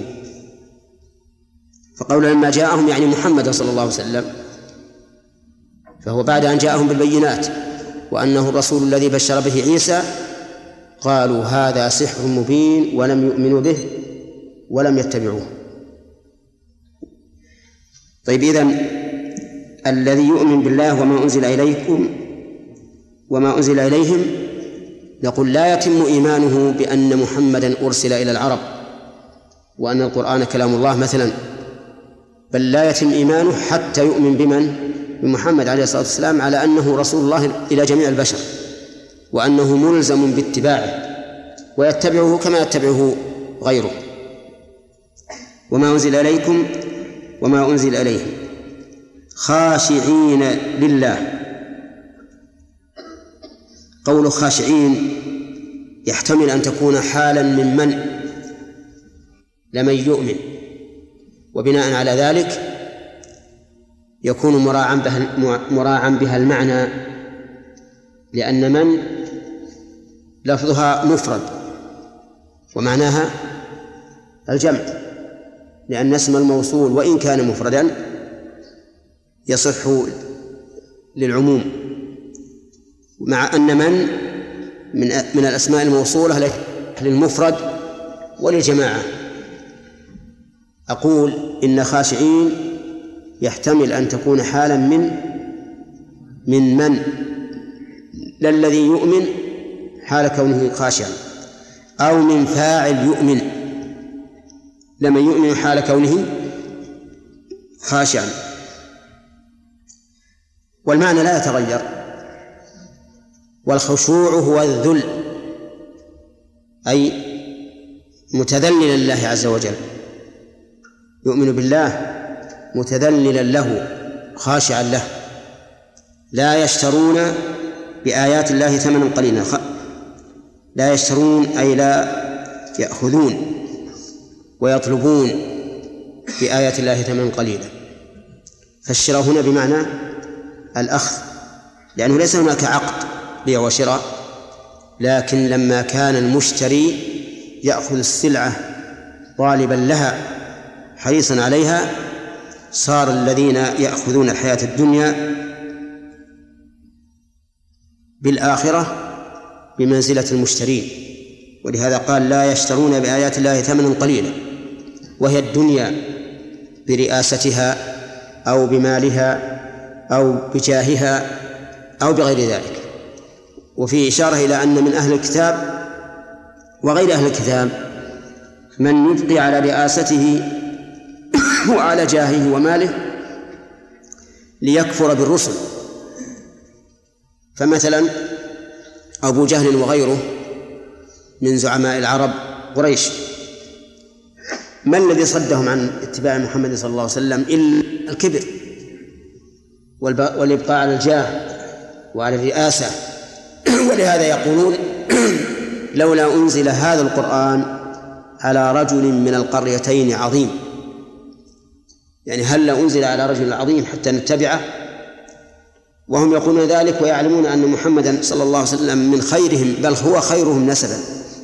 فقول لما جاءهم يعني محمد صلى الله عليه وسلم، فهو بعد أن جاءهم بالبينات وأنه الرسول الذي بشر به عيسى قالوا هذا سحر مبين ولم يؤمنوا به ولم يتبعوه. طيب، إذن الذي يؤمن بالله وما أنزل إليكم وما أنزل إليهم، نقول لا يتم إيمانه بأن محمدا أرسل إلى العرب وأن القرآن كلام الله مثلا، بل لا يتم إيمانه حتى يؤمن بمحمد عليه الصلاة والسلام على أنه رسول الله إلى جميع البشر، وأنه ملزم باتباعه ويتبعه كما يتبعه غيره. وما أنزل إليكم وما أنزل إليهم خاشعين لله. قول خاشعين يحتمل أن تكون حالا من لمن يؤمن، وبناء على ذلك يكون مراعا بها المعنى، لأن من لفظها مفرد ومعناها الجمع، لأن اسم الموصول وإن كان مفردا يصح للعموم، مع أن من الأسماء الموصولة للمفرد وللجماعة. أقول إن خاشعين يحتمل أن تكون حالا من لا الذي يؤمن حال كونه خاشعا، أو من فاعل يؤمن لمن يؤمن حال كونه خاشعا. والمعنى لا يتغير، والخشوع هو الذل، أي متذللا لله عز وجل، يؤمن بالله متذللا له خاشعا له. لا يشترون بآيات الله ثمنا قليلا، لا يشترون أي لا يأخذون ويطلبون بآيات الله ثمنا قليلا. فالشراء هنا بمعنى الأخذ، لأنه ليس هناك عقد بيع وشراء، لكن لما كان المشتري يأخذ السلعة طالبا لها حريصا عليها، صار الذين يأخذون الحياة الدنيا بالآخرة بمنزلة المشترين. ولهذا قال لا يشترون بآيات الله ثمنا قليلا، وهي الدنيا برئاستها أو بمالها أو بجاهها أو بغير ذلك. وفي إشارة إلى أن من أهل الكتاب وغير أهل الكتاب من يبقي على رئاسته وعلى جاهه وماله ليكفر بالرسل. فمثلا أبو جهل وغيره من زعماء العرب قريش، ما الذي صدهم عن اتباع محمد صلى الله عليه وسلم إلا الكبر والإبقاء على الجاه وعلى الرئاسة. ولهذا يقولون لولا أنزل هذا القرآن على رجل من القريتين عظيم، يعني هل أنزل على رجل عظيم حتى نتبعه؟ وهم يقولون ذلك ويعلمون أن محمدا صلى الله عليه وسلم من خيرهم، بل هو خيرهم نسبا،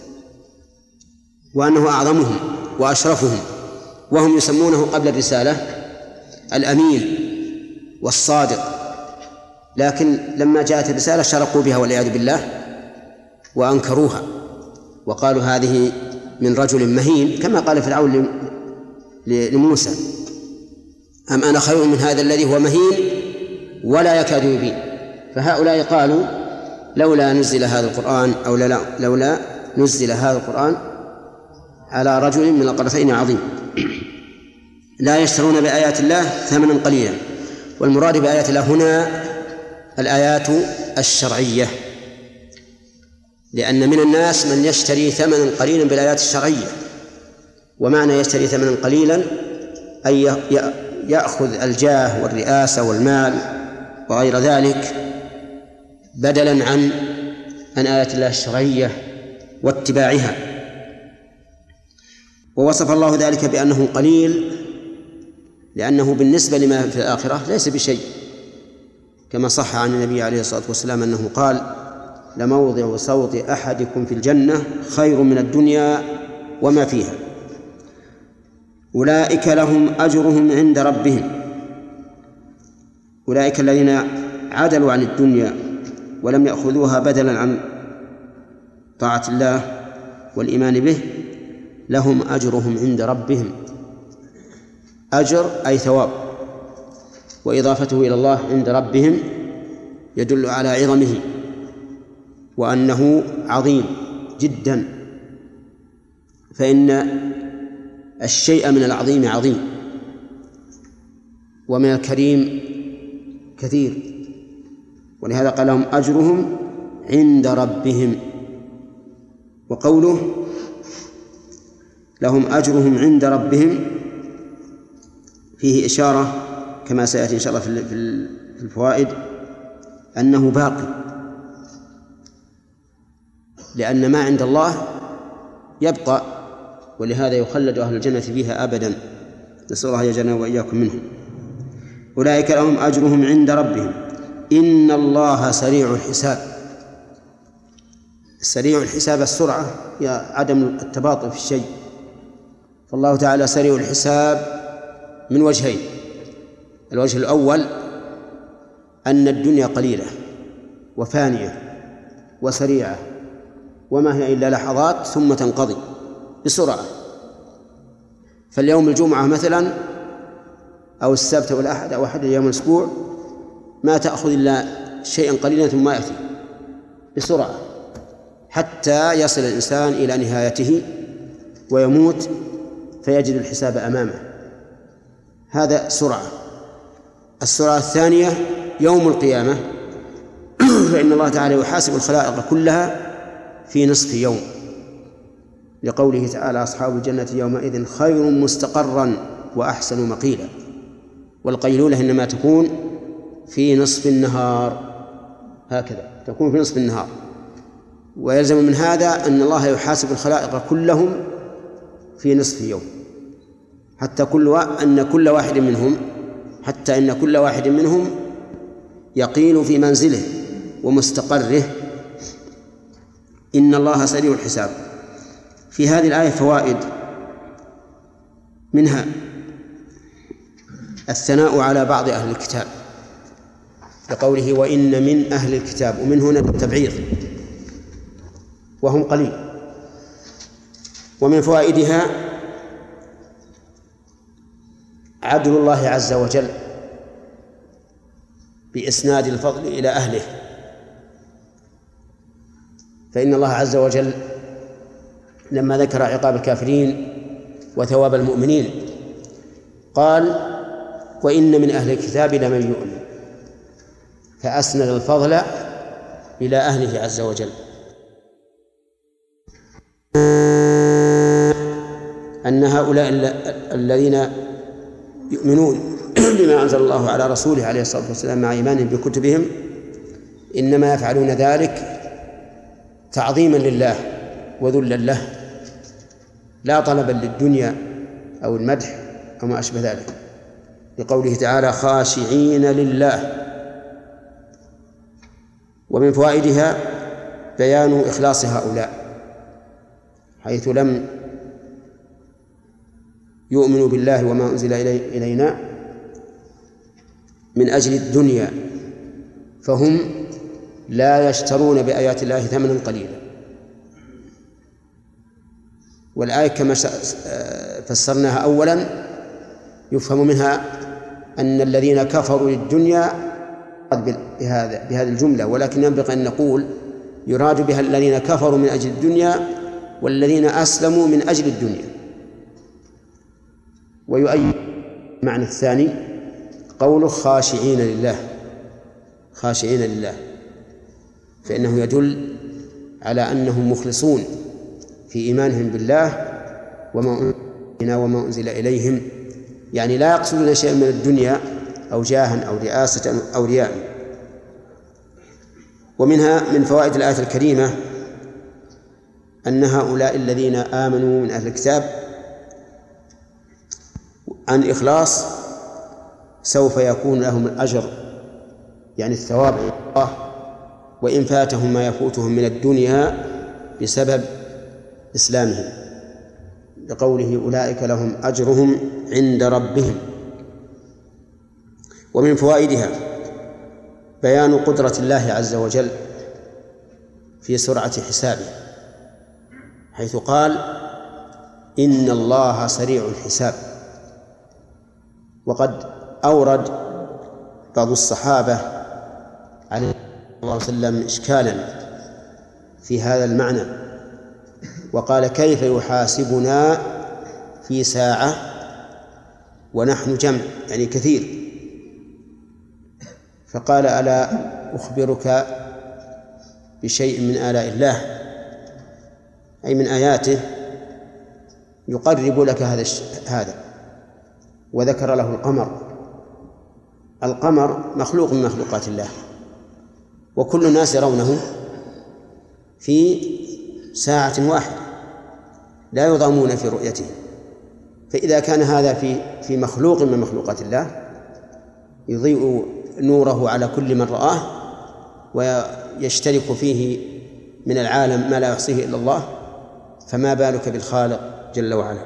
وأنه أعظمهم وأشرفهم، وهم يسمونه قبل الرسالة الأمين والصادق. لكن لما جاءت الرسالة شرقوا بها والعياذ بالله وأنكروها وقالوا هذه من رجل مهين، كما قال فرعون لموسى أم أنا خير من هذا الذي هو مهين ولا يكاد يبين. فهؤلاء قالوا لولا نزل هذا القرآن أو لولا نزل هذا القرآن على رجل من القريتين عظيم. لا يشترون بآيات الله ثمنا قليلا، والمراد بآيات الله هنا الآيات الشرعية، لأن من الناس من يشتري ثمنا قليلا بالآيات الشرعية ومعنى يشتري ثمنا قليلا أي يأخذ الجاه والرئاسة والمال وغير ذلك بدلا عن آيات الله الشرعية واتباعها. ووصف الله ذلك بأنه قليل لأنه بالنسبة لما في الآخرة ليس بشيء، كما صح عن النبي عليه الصلاة والسلام أنه قال: لموضع صوت أحدكم في الجنة خير من الدنيا وما فيها. أولئك لهم أجرهم عند ربهم، أولئك الذين عدلوا عن الدنيا ولم يأخذوها بدلا عن طاعة الله والإيمان به، لهم أجرهم عند ربهم. أجر أي ثواب، وإضافته إلى الله عند ربهم يدل على عظمه وأنه عظيم جدا، فإن الشيء من العظيم عظيم ومن الكريم كثير، ولهذا قال لهم أجرهم عند ربهم. وقوله لهم أجرهم عند ربهم فيه إشارة كما سيأتي إن شاء الله في الفوائد أنه باقي، لأن ما عند الله يبقى، ولهذا يخلد أهل الجنة فيها أبدا، نسأل الله يجعلنا وإياكم منهم. أولئك لهم أجرهم عند ربهم إن الله سريع الحساب. سريع الحساب السرعة هي عدم التباطؤ في الشيء، فالله تعالى سريع الحساب من وجهين: الوجه الأول أن الدنيا قليلة وفانية وسريعة، وما هي إلا لحظات ثم تنقضي بسرعة. فاليوم الجمعة مثلا أو السبت أو الأحد أو أحد أيام الأسبوع ما تأخذ إلا شيئا قليلا ثم يأتي بسرعة حتى يصل الإنسان إلى نهايته ويموت فيجد الحساب أمامه. هذا سرعة. السرعة الثانية يوم القيامة، فإن الله تعالى يحاسب الخلائق كلها في نصف يوم، لقوله تعالى: أصحاب الجنة يومئذ خير مستقرا وأحسن مقيلا. والقيلولة إنما تكون في نصف النهار، هكذا تكون في نصف النهار. ويلزم من هذا أن الله يحاسب الخلائق كلهم في نصف يوم، حتى إن كل واحد منهم يقيل في منزله ومستقره. إن الله سريع الحساب. في هذه الآية فوائد، منها الثناء على بعض أهل الكتاب لقوله: وإن من أهل الكتاب، ومن هنا للتبعيض، وهم قليل. ومن فوائدها عدل الله عز وجل بإسناد الفضل إلى أهله، فإن الله عز وجل لما ذكر عقاب الكافرين وثواب المؤمنين قال: وإن من أهل الكتاب لمن يؤمن، فأسند الفضل إلى أهله عز وجل. أن هؤلاء الذين يؤمنون بما أنزل الله على رسوله عليه الصلاة والسلام مع إيمانهم بكتبهم إنما يفعلون ذلك تعظيما لله وذلا له، لا طلبا للدنيا أو المدح أو ما أشبه ذلك، لقوله تعالى: خاشعين لله. ومن فوائدها بيان إخلاص هؤلاء، حيث لم يؤمنوا بالله وما أنزل إلينا من أجل الدنيا، فهم لا يشترون بآيات الله ثمنا قليلا. والآية كما فسرناها أولا يفهم منها أن الذين كفروا للدنيا بهذه الجملة، ولكن ينبغي أن نقول يراد بها الذين كفروا من أجل الدنيا والذين أسلموا من أجل الدنيا. ويؤيد المعنى الثاني قوله خاشعين لله، خاشعين لله، فإنه يدل على أنهم مخلصون في إيمانهم بالله وما أنزل إليهم، يعني لا يقصدون شيئا من الدنيا أو جاها أو رئاسة أو رياء. ومنها من فوائد الآية الكريمة أن هؤلاء الذين آمنوا من أهل الكتاب عن إخلاص سوف يكون لهم الأجر، يعني الثواب الله، وإن فاتهم ما يفوتهم من الدنيا بسبب إسلامهم، لقوله أولئك لهم أجرهم عند ربهم. ومن فوائدها بيان قدرة الله عز وجل في سرعة حسابه، حيث قال إن الله سريع الحساب. وقد أورد بعض الصحابة عليه الصلاة والسلام إشكالا في هذا المعنى، وقال كيف يحاسبنا في ساعة ونحن جمع، يعني كثير؟ فقال ألا أخبرك بشيء من آلاء الله، أي من آياته يقرب لك هذا. وذكر له القمر. القمر مخلوق من مخلوقات الله، وكل الناس يرونه في ساعة واحدة لا يضامون في رؤيته، فإذا كان هذا في مخلوق من مخلوقات الله يضيء نوره على كل من رآه ويشترك فيه من العالم ما لا يحصيه إلا الله، فما بالك بالخالق جل وعلا.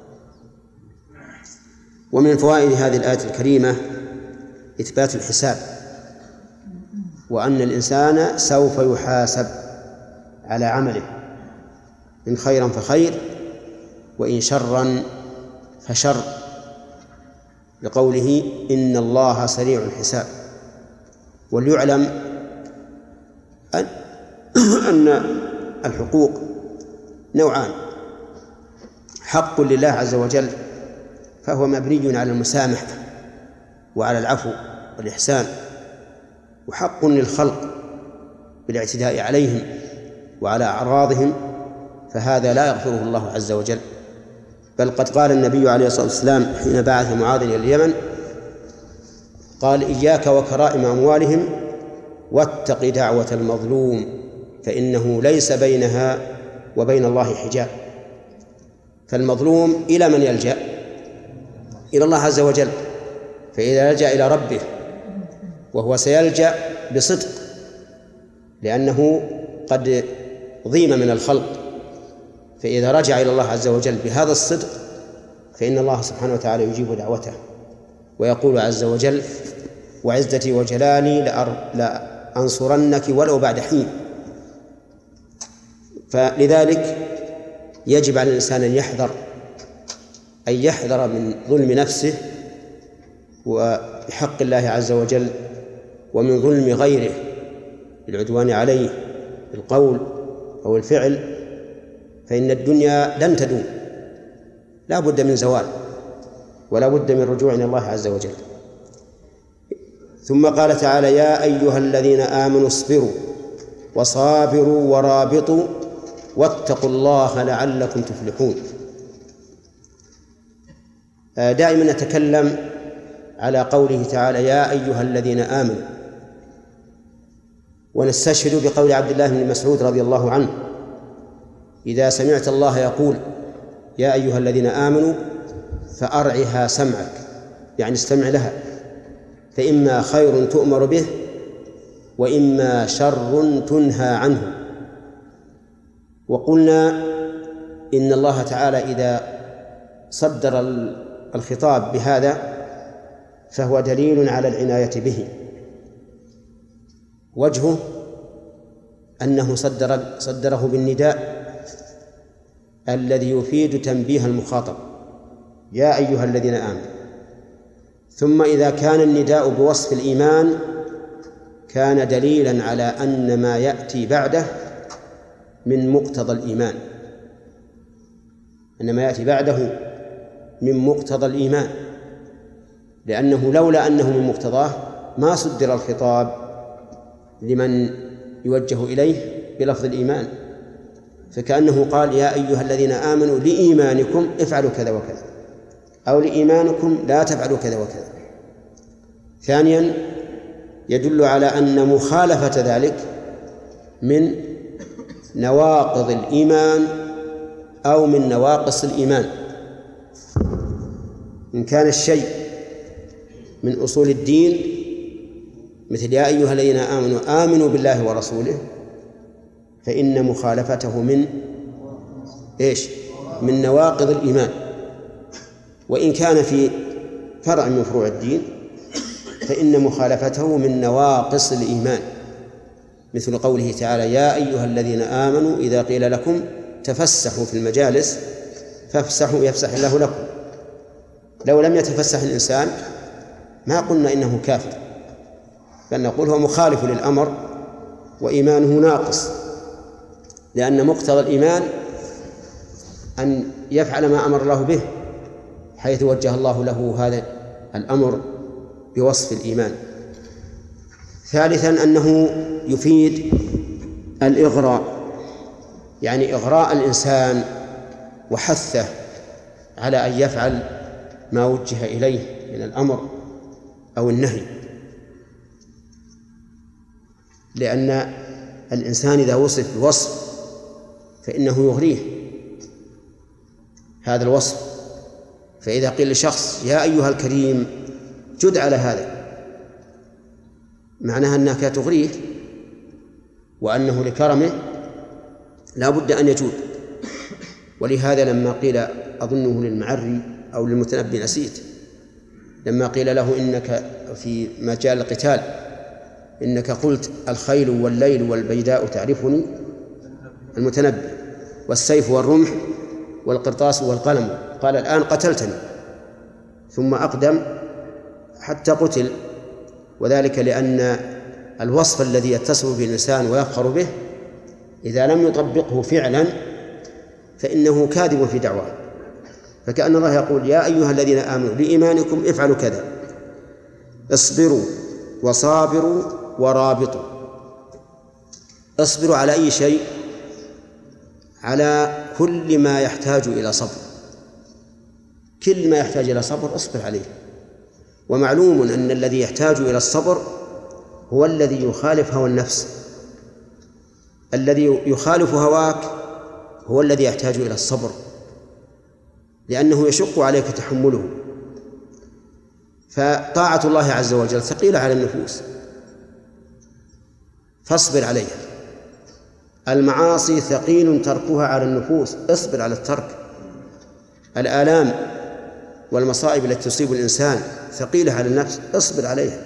ومن فوائد هذه الآية الكريمة إثبات الحساب، وأن الإنسان سوف يحاسب على عمله، إن خيرا فخير وإن شرا فشر، لقوله إن الله سريع الحساب. وليعلم أن الحقوق نوعان: حق لله عز وجل فهو مبني على المسامحة وعلى العفو والإحسان، وحق للخلق بالاعتداء عليهم وعلى أعراضهم، فهذا لا يغفره الله عز وجل. بل قد قال النبي عليه الصلاة والسلام حين بعث معاذ إلى اليمن، قال إياك وكرائم أموالهم واتق دعوة المظلوم فإنه ليس بينها وبين الله حجاب. فالمظلوم إلى من يلجأ؟ إلى الله عز وجل. فإذا لجأ إلى ربه، وهو سيلجأ بصدق لأنه قد ضيم من الخلق، فإذا رجع إلى الله عز وجل بهذا الصدق فإن الله سبحانه وتعالى يجيب دعوته، ويقول عز وجل وعزتي وجلالي لأنصرنك ولو بعد حين. فلذلك يجب على الإنسان أن يحذر من ظلم نفسه وبحق الله عز وجل، ومن ظلم غيره بالعدوان عليه بالقول أو الفعل، فإن الدنيا لن تدوم، لا بد من زوال ولا بد من رجوع إلى الله عز وجل. ثم قال تعالى يا أيها الذين آمنوا اصبروا وصابروا ورابطوا واتقوا الله لعلكم تفلحون. دائما نتكلم على قوله تعالى يا أيها الذين آمنوا، ونستشهد بقول عبد الله بن مسعود رضي الله عنه إذا سمعت الله يقول يا أيها الذين آمنوا فأرعها سمعك، يعني استمع لها، فإما خير تؤمر به وإما شر تنهى عنه. وقلنا إن الله تعالى إذا صدر الخطاب بهذا فهو دليل على العناية به. وجهه أنه صدره بالنداء الذي يفيد تنبيه المخاطب يا أيها الذين آمنوا. ثم إذا كان النداء بوصف الإيمان كان دليلا على أن ما يأتي بعده من مقتضى الإيمان، أن ما يأتي بعده من مقتضى الإيمان، لأنه لولا أنه من مقتضاه ما صدر الخطاب لمن يوجه إليه بلفظ الإيمان، فكأنه قال يا أيها الذين آمنوا لإيمانكم افعلوا كذا وكذا، أو لإيمانكم لا تفعلوا كذا وكذا. ثانيا يدل على أن مخالفة ذلك من نواقض الإيمان أو من نواقص الإيمان. إن كان الشيء من أصول الدين مثل يا أيها الذين آمنوا آمنوا بالله ورسوله، فإن مخالفته من من نواقض الإيمان. وإن كان في فرع من فروع الدين فإن مخالفته من نواقص الإيمان، مثل قوله تعالى يا أيها الذين آمنوا إذا قيل لكم تفسحوا في المجالس فافسحوا يفسح الله لكم. لو لم يتفسح الإنسان ما قلنا إنه كافر، بل نقول هو مخالف للأمر وإيمانه ناقص، لأن مقتضى الإيمان أن يفعل ما أمر الله به، حيث وجه الله له هذا الأمر بوصف الإيمان. ثالثا أنه يفيد الإغراء، يعني إغراء الإنسان وحثه على أن يفعل ما وجه إليه من الأمر أو النهي، لأن الإنسان إذا وصف بوصف فإنه يغريه هذا الوصف. فإذا قيل لشخص يا أيها الكريم جد على هذا، معناها أنك تغريه وأنه لكرمه لا بد أن يجود. ولهذا لما قيل أظنه للمعري أو للمتنبي نسيت، لما قيل له إنك في مجال القتال إنك قلت الخيل والليل والبيداء تعرفني المتنبي، والسيف والرمح والقرطاس والقلم، قال الآن قتلتني، ثم أقدم حتى قتل. وذلك لأن الوصف الذي يتصف به الإنسان ويفخر به إذا لم يطبقه فعلا فإنه كاذب في دعواه. فكأن الله يقول يا أيها الذين آمنوا لإيمانكم افعلوا كذا، اصبروا وصابروا ورابطوا. اصبروا على أي شيء؟ على كل ما يحتاج إلى صبر، كل ما يحتاج إلى صبر اصبر عليه. ومعلوم أن الذي يحتاج إلى الصبر هو الذي يخالف هوى النفس، الذي يخالف هواك هو الذي يحتاج إلى الصبر، لأنه يشق عليك تحمله. فطاعة الله عز وجل ثقيلة على النفوس فاصبر عليها. المعاصي ثقيل تركها على النفوس، اصبر على الترك. الآلام والمصائب التي تصيب الإنسان ثقيلة على النفس، اصبر عليها.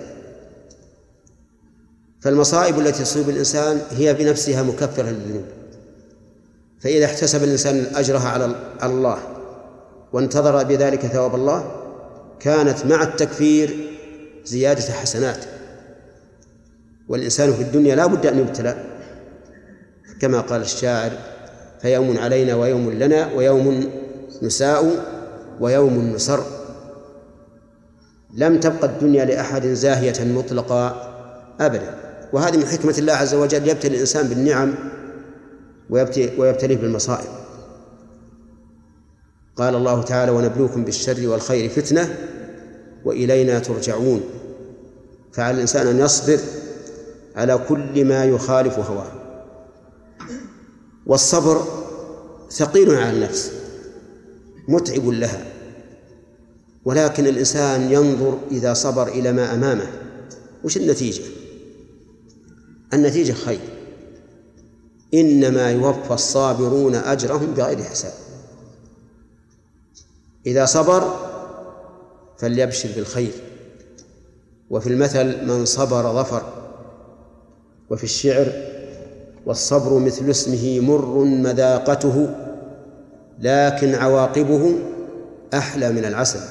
فالمصائب التي تصيب الإنسان هي بنفسها مكفرة للذنوب، فإذا احتسب الإنسان أجرها على الله وانتظر بذلك ثواب الله كانت مع التكفير زيادة حسنات. والإنسان في الدنيا لا بد أن يبتلى، كما قال الشاعر فيوم علينا ويوم لنا ويوم نساء ويوم نسر. لم تبقى الدنيا لأحد زاهية مطلقا أبدا. وهذه من حكمة الله عز وجل، يبتلي الإنسان بالنعم ويبتليه بالمصائب. قال الله تعالى ونبلوكم بالشر والخير فتنة وإلينا ترجعون. فعلى الإنسان أن يصبر على كل ما يخالف هواه. والصبر ثقيل على النفس متعب لها، ولكن الإنسان ينظر إذا صبر إلى ما أمامه وش النتيجة؟ النتيجة خير. إنما يوفى الصابرون أجرهم بغير حساب. إذا صبر فليبشر بالخير. وفي المثل من صبر ظفر. وفي الشعر والصبر مثل اسمه مر مذاقته لكن عواقبه أحلى من العسل.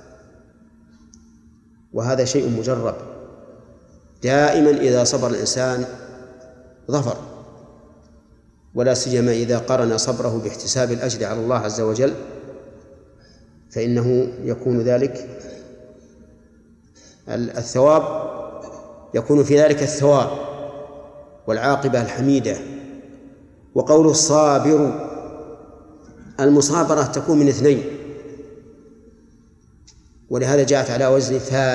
وهذا شيء مجرب، دائما إذا صبر الإنسان ظفر، ولا سيما إذا قرن صبره باحتساب الأجر على الله عز وجل فإنه يكون ذلك الثواب، يكون في ذلك الثواب والعاقبة الحميدة وقوله صابر، المصابرة تكون من اثنين، ولهذا جاءت على وزن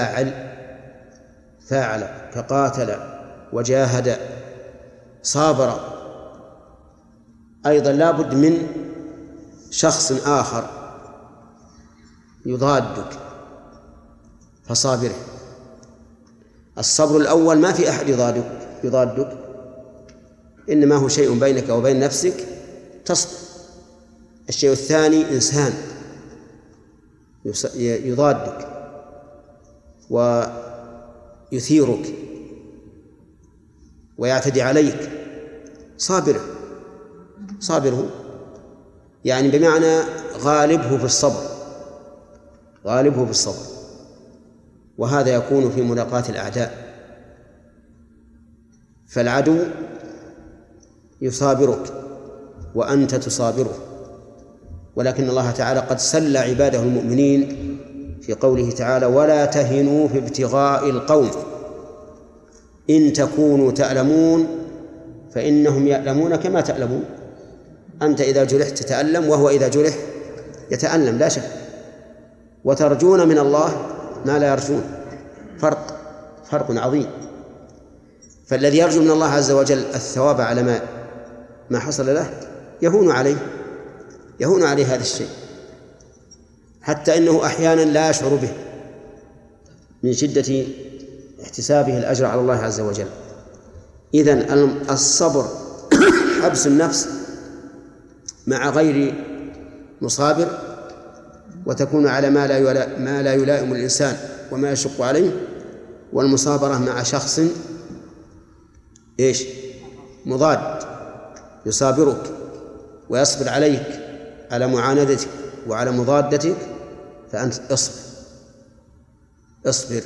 فاعل كقاتل وجاهد. صابر أيضا لا بد من شخص آخر يضادك فصابره. الصبر الأول ما في أحد يضادك، إنما هو شيء بينك وبين نفسك تصبر. الشيء الثاني إنسان يضادك ويثيرك ويعتدي عليك، صابره يعني بمعنى غالبه في الصبر، وهذا يكون في ملاقاة الأعداء. فالعدو يصابرك وأنت تصابره، ولكن الله تعالى قد سل عباده المؤمنين في قوله تعالى: ولا تهنوا في ابتغاء القوم إن تكونوا تألمون فإنهم يألمون كما تألمون. أنت إذا جرحت تتألم، وهو إذا جرح يتألم لا شك. وترجون من الله ما لا يرجون، فرق عظيم. فالذي يرجو من الله عز وجل الثواب على ما حصل له يهون عليه هذا الشيء، حتى إنه أحيانا لا يشعر به من شدة احتسابه الأجر على الله عز وجل. إذن الصبر حبس النفس مع غير مصابر، وتكون على ما لا يلائم الإنسان وما يشق عليه، والمصابرة مع شخص مضاد يصابرك ويصبر عليك على معاندتك وعلى مضادتك، فأنت اصبر.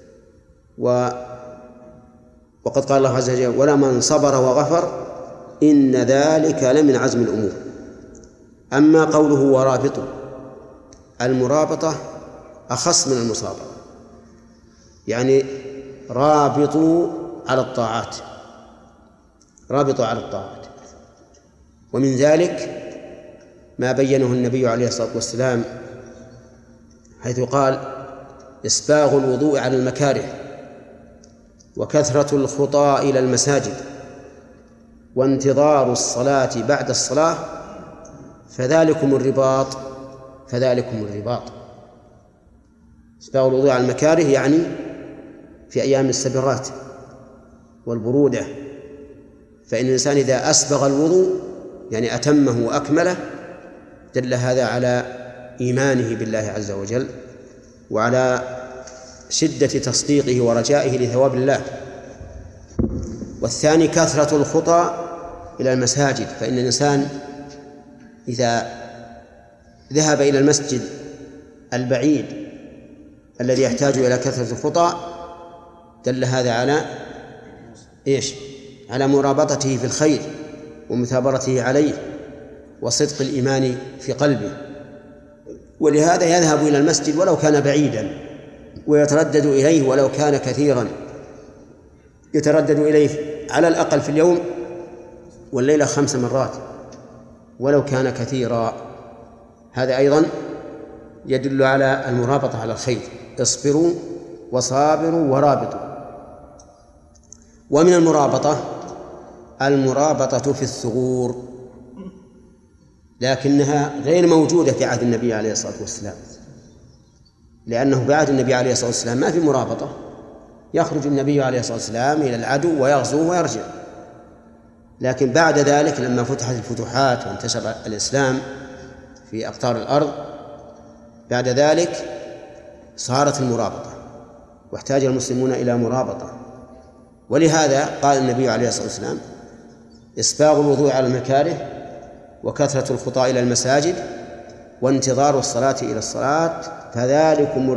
وقد قال الله عز وجل: ولمن صبر وغفر إن ذلك لمن عزم الأمور. أما قوله ورابطه، المرابطة أخص من المصابرة، يعني رابطوا على الطاعات، ومن ذلك ما بينه النبي عليه الصلاة والسلام حيث قال: إسباغ الوضوء على المكاره، وكثرة الخطى إلى المساجد، وانتظار الصلاة بعد الصلاة، فذلكم الرباط. إسباغ الوضوء على المكاره يعني في أيام السبرات والبرودة، فإن الإنسان إذا أسبغ الوضوء يعني أتمه وأكمله دل هذا على إيمانه بالله عز وجل وعلى شدة تصديقه ورجائه لثواب الله. والثاني كثرة الخطى إلى المساجد، فإن الإنسان إذا ذهب إلى المسجد البعيد الذي يحتاج إلى كثرة الخطى دل هذا على على مرابطته في الخير ومثابرته عليه وصدق الإيمان في قلبه. ولهذا يذهب إلى المسجد ولو كان بعيدا، ويتردد إليه ولو كان كثيرا، يتردد إليه على الأقل في اليوم والليلة 5 مرات ولو كان كثيرا. هذا أيضا يدل على المرابطة على الخير. اصبروا وصابروا ورابطوا. ومن المرابطة في الثغور، لكنها غير موجودة في عهد النبي عليه الصلاة والسلام، لأنه بعد النبي عليه الصلاة والسلام ما في مرابطة، يخرج النبي عليه الصلاة والسلام إلى العدو ويغزوه ويرجع. لكن بعد ذلك لما فتحت الفتوحات وانتشر الإسلام في أقطار الأرض، بعد ذلك صارت المرابطة واحتاج المسلمون إلى مرابطة. ولهذا قال النبي عليه الصلاة والسلام: إسباغ الوضوء على المكاره، وكثرة الخطى إلى المساجد، وانتظار الصلاة إلى الصلاة، فذلكم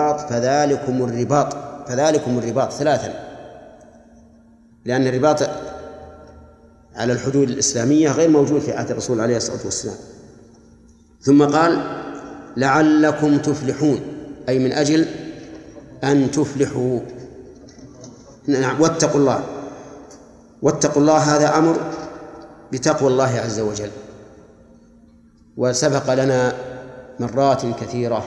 الرباط 3، لأن الرباط على الحدود الإسلامية غير موجود في عهد الرسول عليه الصلاة والسلام. ثم قال: لعلكم تفلحون، أي من أجل أن تفلحوا. واتقوا الله، هذا أمر بتقوى الله عز وجل. وسبق لنا مرات كثيرة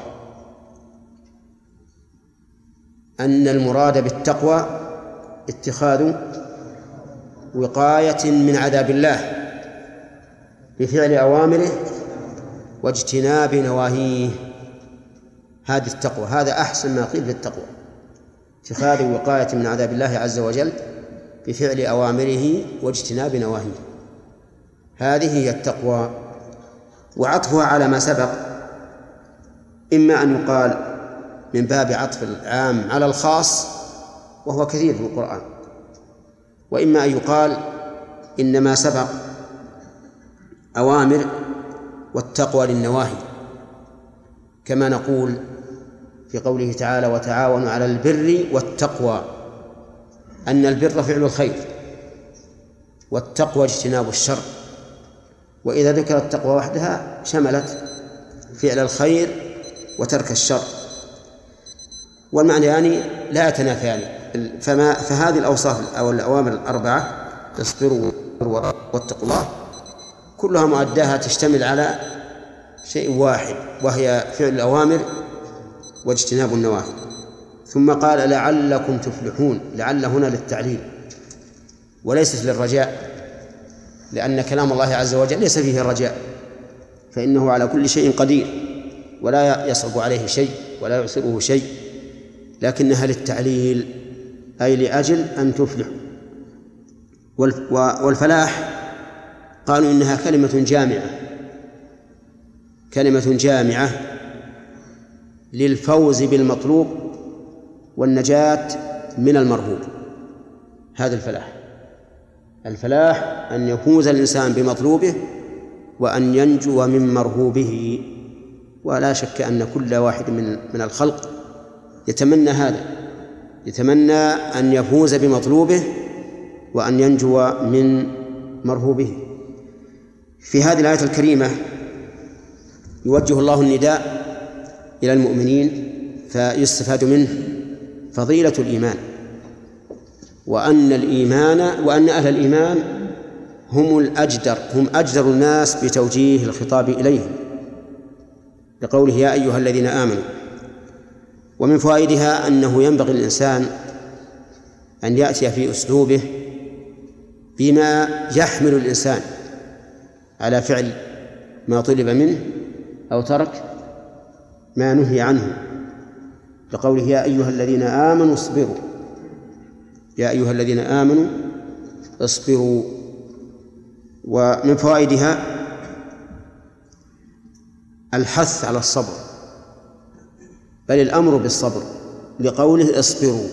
أن المراد بالتقوى اتخاذ وقاية من عذاب الله بفعل أوامره واجتناب نواهيه. هذه التقوى، هذا أحسن ما قيل في التقوى، اتخاذ وقاية من عذاب الله عز وجل بفعل أوامره واجتناب نواهيه، هذه هي التقوى. وعطفها على ما سبق إما أن يقال من باب عطف العام على الخاص وهو كثير في القرآن، وإما أن يقال إن ما سبق أوامر والتقوى للنواهي، كما نقول في قوله تعالى وتعاونوا على البر والتقوى، أن البر فعل الخير والتقوى اجتناب الشر. وإذا ذكر التقوى وحدها شملت فعل الخير وترك الشر، والمعنيان لا يتنافيان. فهذه الأوصاف أو الأوامر الأربعة اصبروا واتقوا الله كلها مؤداها تشتمل على شيء واحد، وهي فعل الأوامر واجتناب النواهي. ثم قال لعلكم تفلحون، لعل هنا للتعليل وليست للرجاء، لأن كلام الله عز وجل ليس فيه الرجاء، فإنه على كل شيء قدير ولا يصعب عليه شيء ولا يعسره شيء، لكنها للتعليل أي لأجل أن تفلحوا. والفلاح قالوا إنها كلمة جامعة للفوز بالمطلوب والنجاة من المرهوب. هذا الفلاح أن يفوز الإنسان بمطلوبه وأن ينجو من مرهوبه. ولا شك أن كل واحد من الخلق يتمنى هذا، يتمنى أن يفوز بمطلوبه وأن ينجو من مرهوبه. في هذه الآية الكريمة يوجه الله النداء إلى المؤمنين فيستفاد منه فضيلة الإيمان، وأن أهل الإيمان هم أجدر الناس بتوجيه الخطاب إليهم، لقوله يا أيها الذين آمنوا. ومن فوائدها أنه ينبغي للإنسان أن يأتي في أسلوبه بما يحمل الإنسان على فعل ما طلب منه أو ترك ما نهي عنه، لقوله يا أيها الذين آمنوا اصبروا، يا أيها الذين آمنوا اصبروا. ومن فوائدها الحث على الصبر، بل الأمر بالصبر لقوله اصبروا،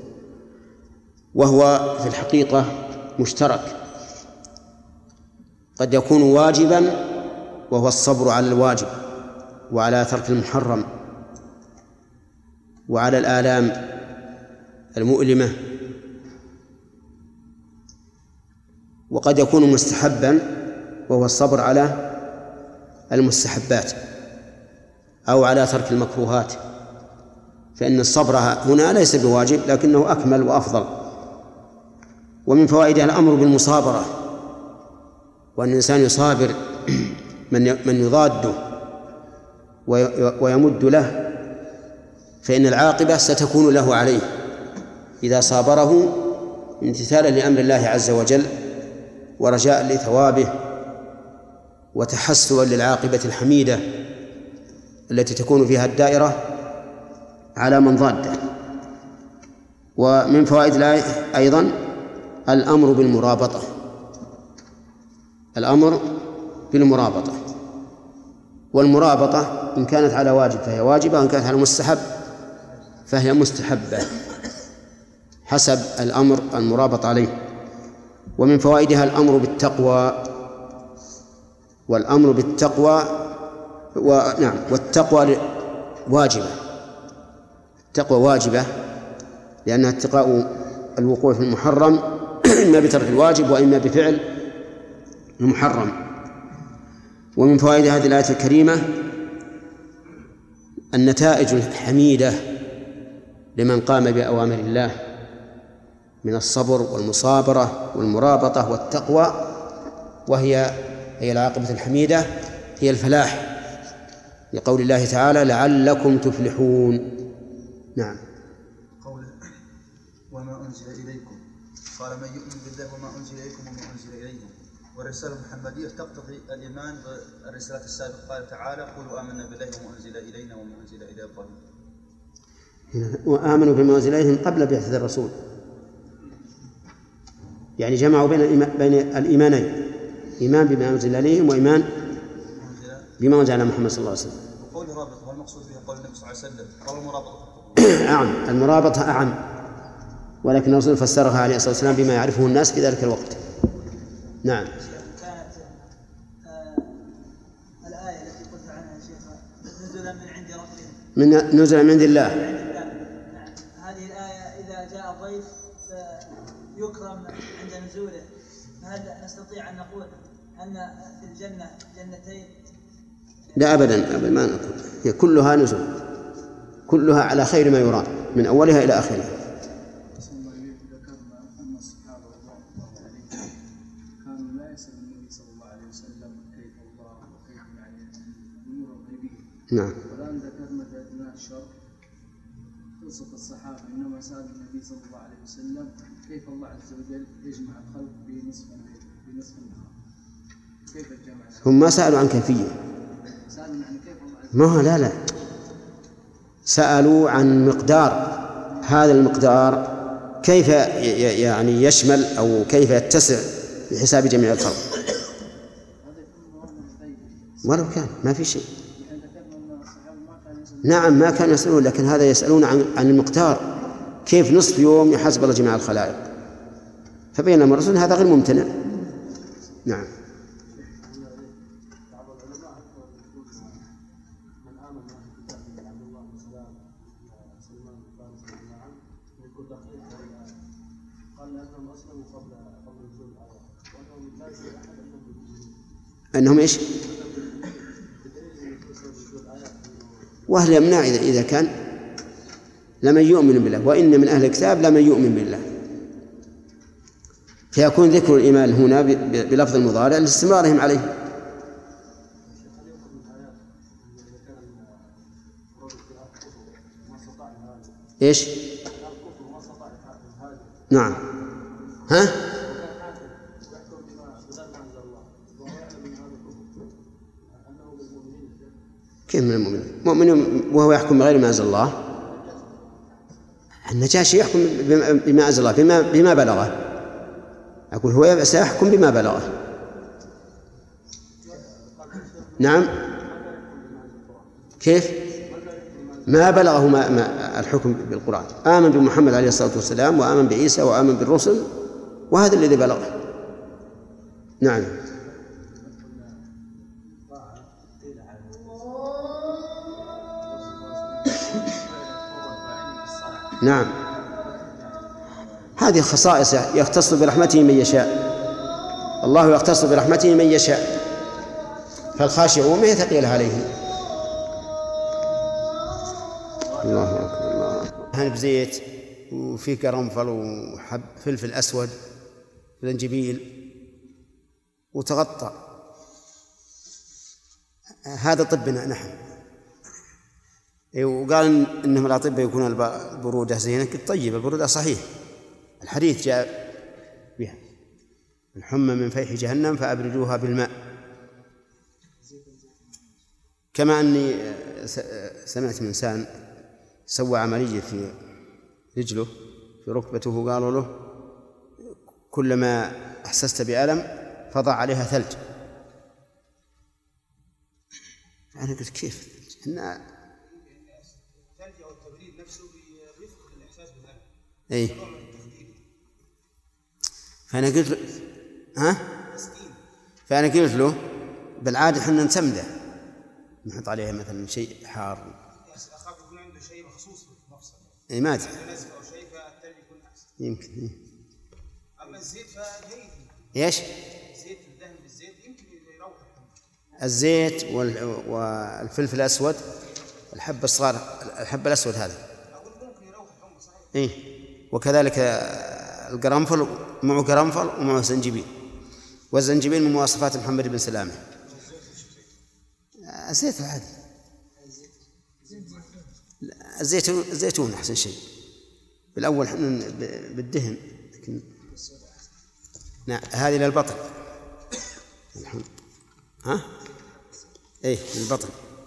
وهو في الحقيقة مشترك، قد يكون واجبا وهو الصبر على الواجب وعلى ترك المحرم وعلى الآلام المؤلمة، وقد يكون مستحبا وهو الصبر على المستحبات أو على ترك المكروهات، فإن الصبر هنا ليس بواجب لكنه أكمل وأفضل. ومن فوائدها الأمر بالمصابرة، وأن الإنسان يصابر من يضاده ويمد له، فإن العاقبة ستكون له عليه إذا صابره امتثالا لأمر الله عز وجل ورجاء لثوابه وتحسبا للعاقبة الحميدة التي تكون فيها الدائرة على من ضاده. ومن فوائد الآية أيضا الأمر بالمرابطة، والمرابطة إن كانت على واجب فهي واجبة، وإن كانت على مستحب فهي مستحبة حسب الأمر المرابط عليه. ومن فوائدها الأمر بالتقوى، والتقوى واجبة، التقوى واجبة لأنها اتقاء الوقوع في المحرم إما بترك الواجب وإما بفعل المحرم. ومن فوائد هذه الآية الكريمة النتائج الحميدة لمن قام بأوامر الله من الصبر والمصابرة والمرابطة والتقوى، وهي العاقبة الحميدة، هي الفلاح، لقول الله تعالى لعلكم تفلحون. نعم. قوله وما أنزل إليكم، قال من يؤمن بالله وما أنزل إليكم وما أنزل إليهم. والرسالة المحمدية تقتضي الإيمان بالرسالة السابقة. قال تعالى قولوا آمنا بالله وما أنزل إلينا وما أنزل إلى إبراهيم. وآمنوا بما أنزل إليهم قبل بعثة الرسول، يعني جمعوا بين الإيمانين، إيمان بما أنزل إليهم وإيمان بما أنزل على محمد صلى الله عليه وسلم. وقول رابطة والمقصود بها قول النبي صلى الله عليه وسلم قال المرابطة أعم، المرابطة أعم، ولكن الرسول فسرها عليه الصلاة والسلام بما يعرفه الناس في ذلك الوقت. نعم. كانت الآية التي قلت عنها شيخ نزلا من عند ربهم، نزلا من عند الله. هذه الآية إذا جاء الضيف يكرم عند نزوله، فهل نستطيع أن نقول أن في الجنة جنتين؟ لا أبدا، ما نقول، هي كلها نزل، كلها على خير ما يراد من أولها إلى آخرها. ذكرنا أن الصحابة رضي الله عليهم كانوا لا يسألون النبي صلى الله عليه وسلم كيف الله وكيف يعني الأمور الغيبية. نعم. والآن ذكرنا في أثناء الشرح قصة الصحابة إنما سألوا النبي صلى الله عليه وسلم كيف الله عز وجل يجمع الخلق بنصف النهار، كيف الجمع؟ هم ما سألوا عن كيفية، سألوا يعني كيف الله عز وجل. لا سألوا عن مقدار، هذا المقدار كيف يعني يشمل أو كيف يتسع بحساب جميع الخلق. ولو كان ما في شيء. نعم ما كانوا يسألون، لكن هذا يسألون عن المقدار، كيف نصف يوم يحاسب الله جميع الخلائق، فبينما الرسول هذا غير ممتنع. نعم. أنهم إيش؟ وهل يمنع إذا كان لمن يؤمن بالله، وإن من أهل الكتاب لمن يؤمن بالله، فيكون ذكر الإيمان هنا بلفظ المضارع لاستمرارهم عليه. إيش؟ نعم. ها؟ كيف من المؤمنين؟ مؤمن وهو يحكم بغير ما أنزل الله. النجاشي يحكم بما أنزل الله، بما بلغه. أقول هو سيحكم بما بلغه. نعم. كيف؟ ما بلغه ما الحكم بالقرآن. آمن بمحمد عليه الصلاة والسلام، وآمن بعيسى، وآمن بالرسل، وهذا الذي بلغه. نعم. نعم. هذه خصائص يختص برحمته من يشاء، الله يختص برحمته من يشاء، فالخاشعون ما يثقل عليهم. الله أكبر الله أكبر. هن بزيت وفي قرنفل وحب فلفل أسود زنجبيل وتغطى. هذا طبنا نحن. وقال إنهم الأطباء يكون البرودة زينة. طيب البرودة صحيح، الحديث جاء بها الحمى من فيح جهنم فأبردوها بالماء. كما أني سمعت من إنسان سوى عملية في رجله في ركبته، قالوا له كلما أحسست بألم فضع عليها ثلج. أنا قلت كيف؟ الثلج أو التبريد نفسه بيفقد الإحساس بالألم. إيه. فأنا قلت له فأنا قلت له بالعادة حنا نسمده، نحط عليها مثلا شيء حار. أخاف يكون عنده شيء مخصوص في المفصل. إيه ما أو شيء فالثلج يكون أحسن. يمكن. أما الزيت فجيد. إيش؟ الزيت الدهن بالزيت يمكن يروح. الزيت والفلفل الأسود، الحب الصغار، الحب الأسود هذا. أقول ممكن يروح الحمى صحيح. إيه. وكذلك القرنفل، معه قرنفل ومعه زنجبيل. والزنجبيل من مواصفات محمد بن سلامة. الزيت العادي، الزيتون أحسن شيء. بالأول حنا بالدهن، لكن هذه للبطن. ها؟ إيه للبطن.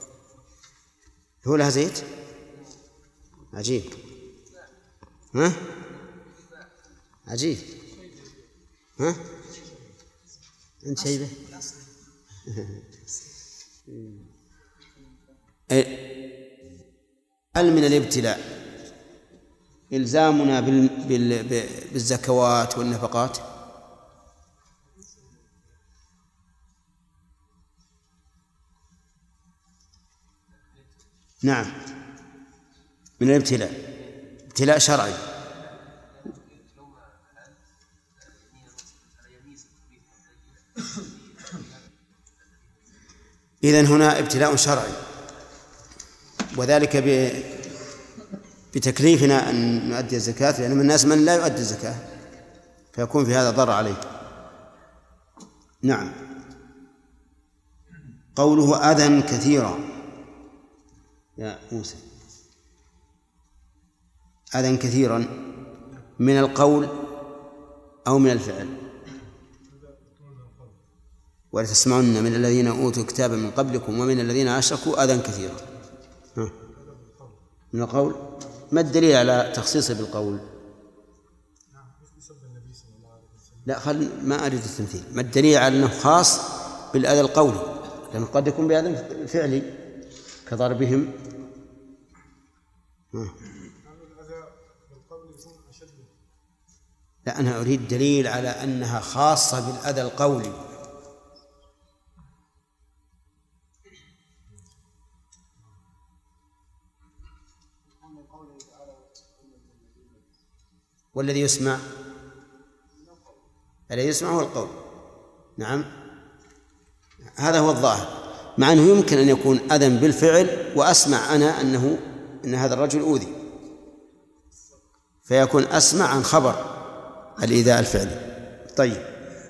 هو لها زيت عجيب. ها؟ عجيب. ها؟ أنت شيبة؟ هل من الابتلاء إلزامنا بالزكوات والنفقات؟ نعم، من الابتلاء، ابتلاء شرعي. إذن هنا ابتلاء شرعي، وذلك بتكليفنا أن نؤدي الزكاة، لأن من الناس من لا يؤدي الزكاة فيكون في هذا ضرر عليه. نعم. قوله أذى كثيرا يا موسى، أذى كثيرا من القول أو من الفعل؟ ولتسمعن من الذين أوتوا الكتاب من قبلكم ومن الذين أشركوا أذى كثيرا. من القول. ما الدليل على تخصيصه بالقول؟ لا، ما أريد التمثيل. ما الدليل على أنه خاص بالأذى القولي؟ لأنه قد يكون بأذى فعلي كضربهم. لا، أنا أريد دليل على أنها خاصة بالأذى القولي. والذي يسمع، الذي يسمع هو القول. نعم، هذا هو الظاهر، مع أنه يمكن أن يكون أذى بالفعل وأسمع أنا أن هذا الرجل أوذي، فيكون أسمع عن خبر الإيذاء الفعلي. طيب.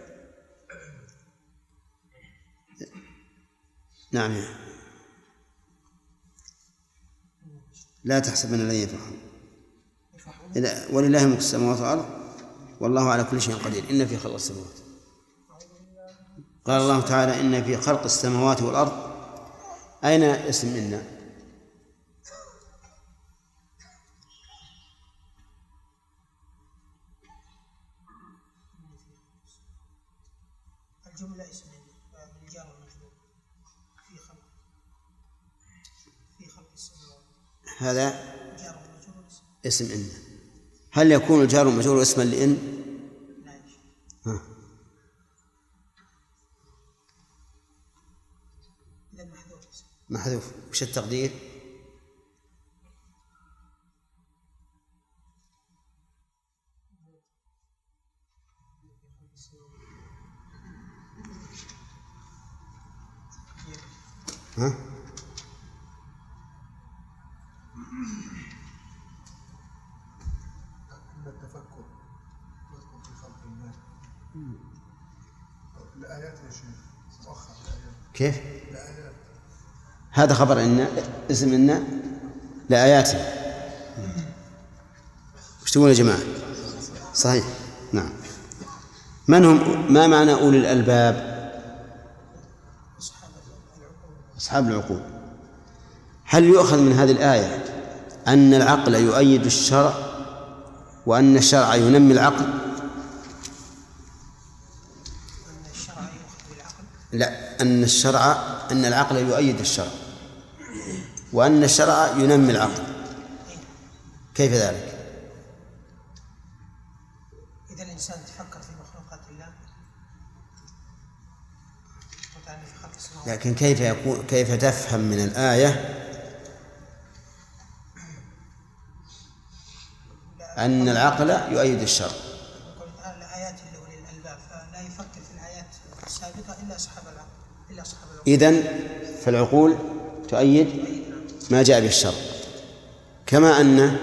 نعم. لا تحسبن الذين يفرحون، ولله ملك السماوات والأرض والله على كل شيء قدير. إن في خلق السماوات، قال الله تعالى إن في خلق السماوات والأرض. أين اسم إن؟ الجملة اسم الجار والمجرور في خلق السماوات. هذا اسم إن. هل يكون الجار والمجرور اسما لإن؟ ها. محذوف. وش التقدير؟ ها؟ التفكر يدخل في خلق الله. الآيات يا شيخ، مؤخر الآيات. كيف؟ الآيات. هذا خبر إن، اسم إن لآياته. وش تقول يا جماعة؟ صحيح. نعم. من هم؟ ما معنى أولي الألباب؟ أصحاب العقول. هل يؤخذ من هذه الآية أن العقل يؤيد الشرع وأن الشرع ينمي العقل؟ لا، أن العقل يؤيد الشرع وأن الشرع ينمي العقل. كيف ذلك؟ إذا الإنسان تفكر في مخلوقات الله في خلق السماوات، لكن كيف تفهم من الآية أن العقل يؤيد الشرع؟ الآيات لأولي الألباب، فلا يفكر في الآيات السابقة إلا أصحاب العقل. إذن فالعقول تؤيد ما جاء به الشرع، كما أن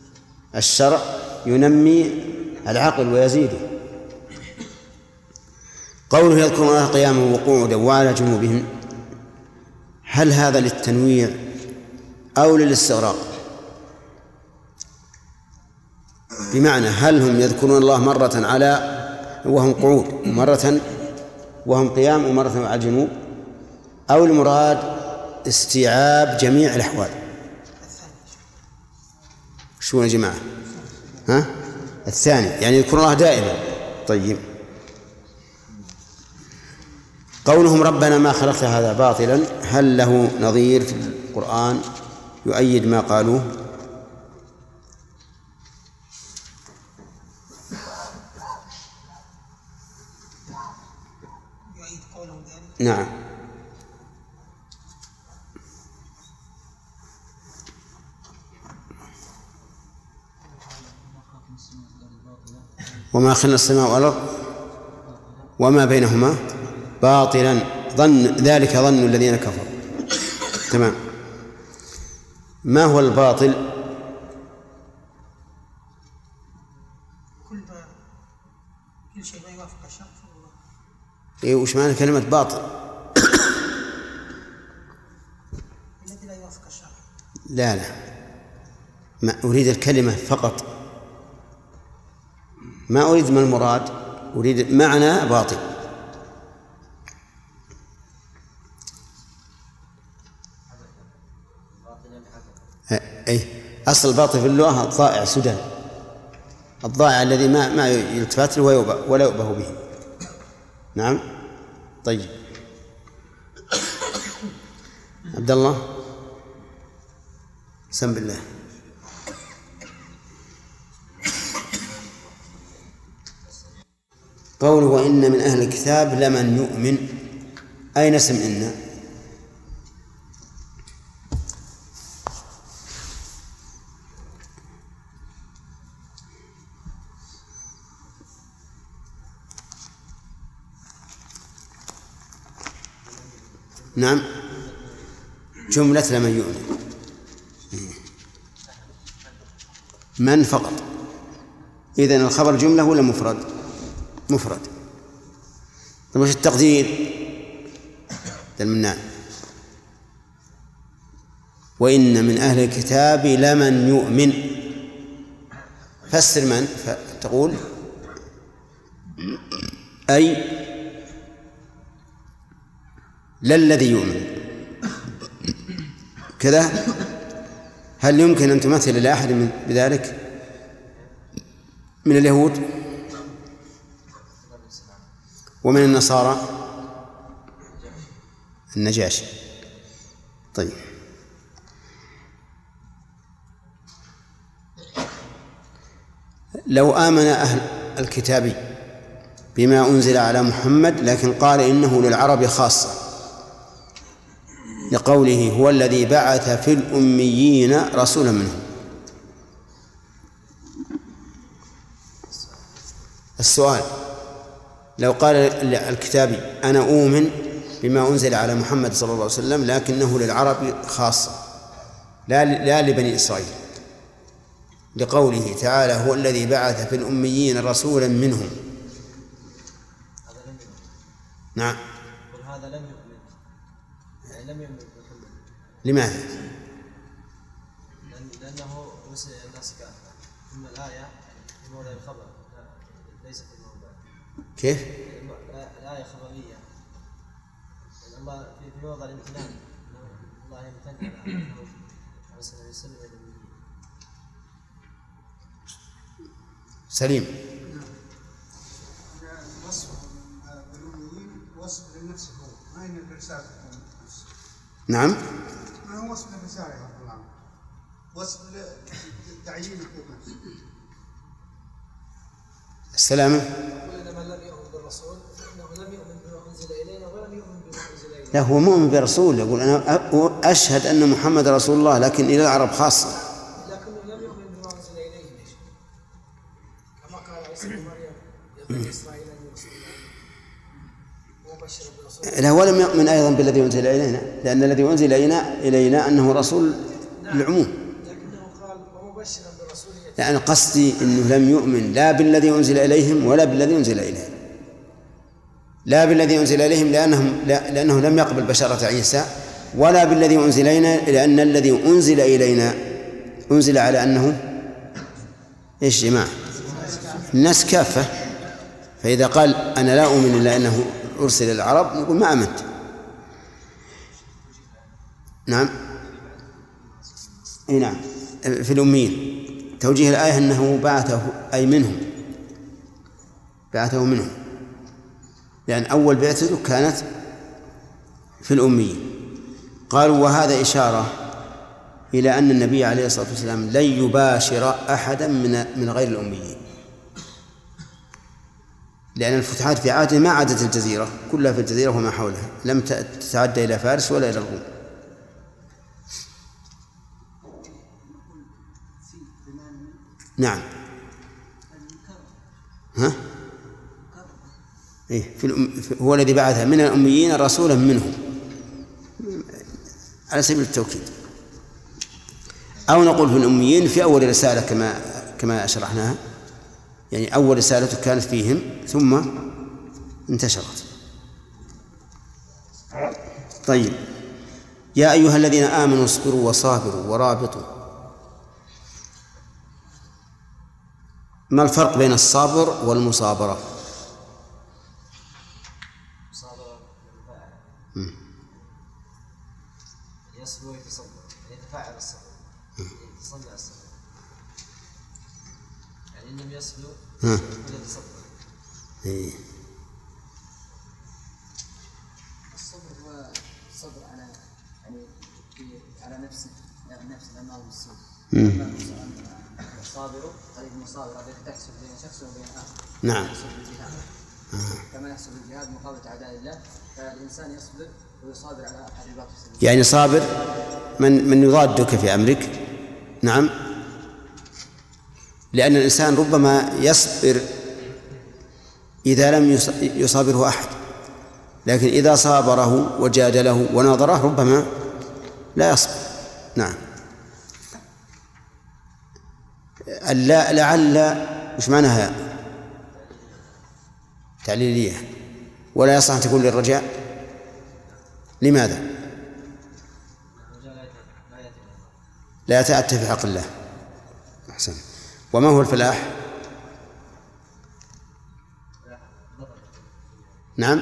الشرع ينمي العقل ويزيده. قوله يذكرون الله قياما وقعودا وعلى جنوبهم، هل هذا للتنويع أو للاستغراق؟ بمعنى هل هم يذكرون الله مرة على وهم قعود ومرة وهم قيام ومرة على الجنوب، أو المراد استيعاب جميع الأحوال؟ شو يا جماعة؟ الثاني، يعني يذكرون الله دائما. طيب، قولهم ربنا ما خلقت هذا باطلا، هل له نظير في القرآن يؤيد ما قالوه؟ يعيد قولهم ذلك. نعم. وما خلقنا السماء والأرض وما بينهما باطلا ذلك ظن الذين كفروا. تمام. ما هو الباطل؟ كل شيء لا يوافق الشرع فهو. إيه، وش معنى كلمة باطل؟ الذي لا يوافق الشرع. لا ما أريد الكلمة فقط، ما أريد ما المراد، أريد معنى باطل. أي أصل الباطل في اللغة الضائع سدى، الضائع الذي ما يلتفت له ولا يؤبه به. نعم. طيب، عبد الله سم بالله. قوله وإن من أهل الكتاب لمن يؤمن، أين اسم إن؟ نعم، جملة لمن يؤمن، من فقط. إذن الخبر جملة ولا مفرد؟ مفرد. طيب وش التقدير؟ المنان وإن من أهل الكتاب لمن يؤمن، فسر من، فتقول أي لا الذي يؤمن كذا. هل يمكن أن تمثل لأحد بذلك من اليهود ومن النصارى؟ النجاشي. طيب، لو آمن أهل الكتاب بما أنزل على محمد لكن قال إنه للعرب خاصة، لقوله هو الذي بعث في الأميين رسولا منهم. السؤال: لو قال الكتابي أنا أؤمن بما أنزل على محمد صلى الله عليه وسلم لكنه للعرب خاصة لا لبني إسرائيل، لقوله تعالى هو الذي بعث في الأميين رسولا منهم. نعم. هذا لم يؤمن، يعني لم يؤمن بمحمد. لماذا؟ لأنه مثل الناس كافة. ثم الآية في موضع الخبر ليس في الموضع. كيف؟ الآية خبرية، أما في موضع الامتنان الله يمتن على أنه يسلم إلى الأميين. سليم. وصف الأميين وصف للنفس هو، ما هي الرسالة. نعم. ما هو وصف للرسالة يا رب العالمين، وصف للتعيين النفس. السلامة. إنما لم يؤمن بالرسول فإنه لم يؤمن بما أنزل إلينا ولم يؤمن بما أنزل إلينا. لا، هو مؤمن برسول، يقول أنا أشهد أن محمد رسول الله لكن إلى العرب خاصة. لكنه لم يؤمن بما أنزل إليه كما قال عيسى بن مريم يا بني إسرائيل أني رسول الله ومبشرا برسول. لا، ولم يؤمن أيضا بالذي أنزل إلينا، لأن الذي أنزل إلينا أنه رسول للعموم. لكنه قال ومبشرا برسول. يعني قصدي أنه لم يؤمن لا بالذي أنزل إليهم ولا بالذي أنزل إليه، لا بالذي أنزل إليهم لأنه لم يقبل بشارة عيسى، ولا بالذي أنزل إلينا لأن الذي أنزل إلينا أنزل على أنه إيش جماعة الناس كافة. فإذا قال أنا لا أؤمن إلا أنه أرسل إلى العرب نقول ما آمنت. نعم أي نعم. في الأميين توجيه الآية أنه بعثه أي منهم، بعثه منهم، لأن أول بعثته كانت في الأميين. قالوا وهذا إشارة إلى أن النبي عليه الصلاة والسلام لن يباشر أحدا من غير الأميين، لأن الفتوحات في عهده ما عادت الجزيرة كلها، في الجزيرة وما حولها لم تتعدى إلى فارس ولا إلى الروم. نعم. ها؟ إيه هو الذي بعث من الأميين رسولا منهم على سبيل التوكيد، أو نقول في الأميين في أول رسالة كما شرحناها، يعني أول رسالة كانت فيهم ثم انتشرت. طيب يا أيها الذين آمنوا اصبروا وصابروا ورابطوا. ما الفرق بين الصبر والمصابرة؟ يصبر ويتصبر، يتفاعل الصبر، يتصنع الصبر، يعني إن لم يصبر يتصبر. الصبر هو الصبر على على نفسه، يعني نفسه لأنه الصبر. الصابر طريق المصابرة التي تحصل بين شخص وبين آخر. نعم. يحصل بالجهاد. كما يحصل بالجهاد مقابلة أعداء الله، فالإنسان يصبر ويصابر على الرباط في سبيل الله. يعني صابر من يضادك في أمرك. نعم. لأن الإنسان ربما يصبر إذا لم يصابره أحد، لكن إذا صابره وجادله وناظره ربما لا يصبر. نعم. لعل وش معناها؟ تعليلية، ولا يصح أن تكون للرجاء. لماذا؟ لا يتأتى في حق الله. أحسن. وما هو الفلاح؟ نعم.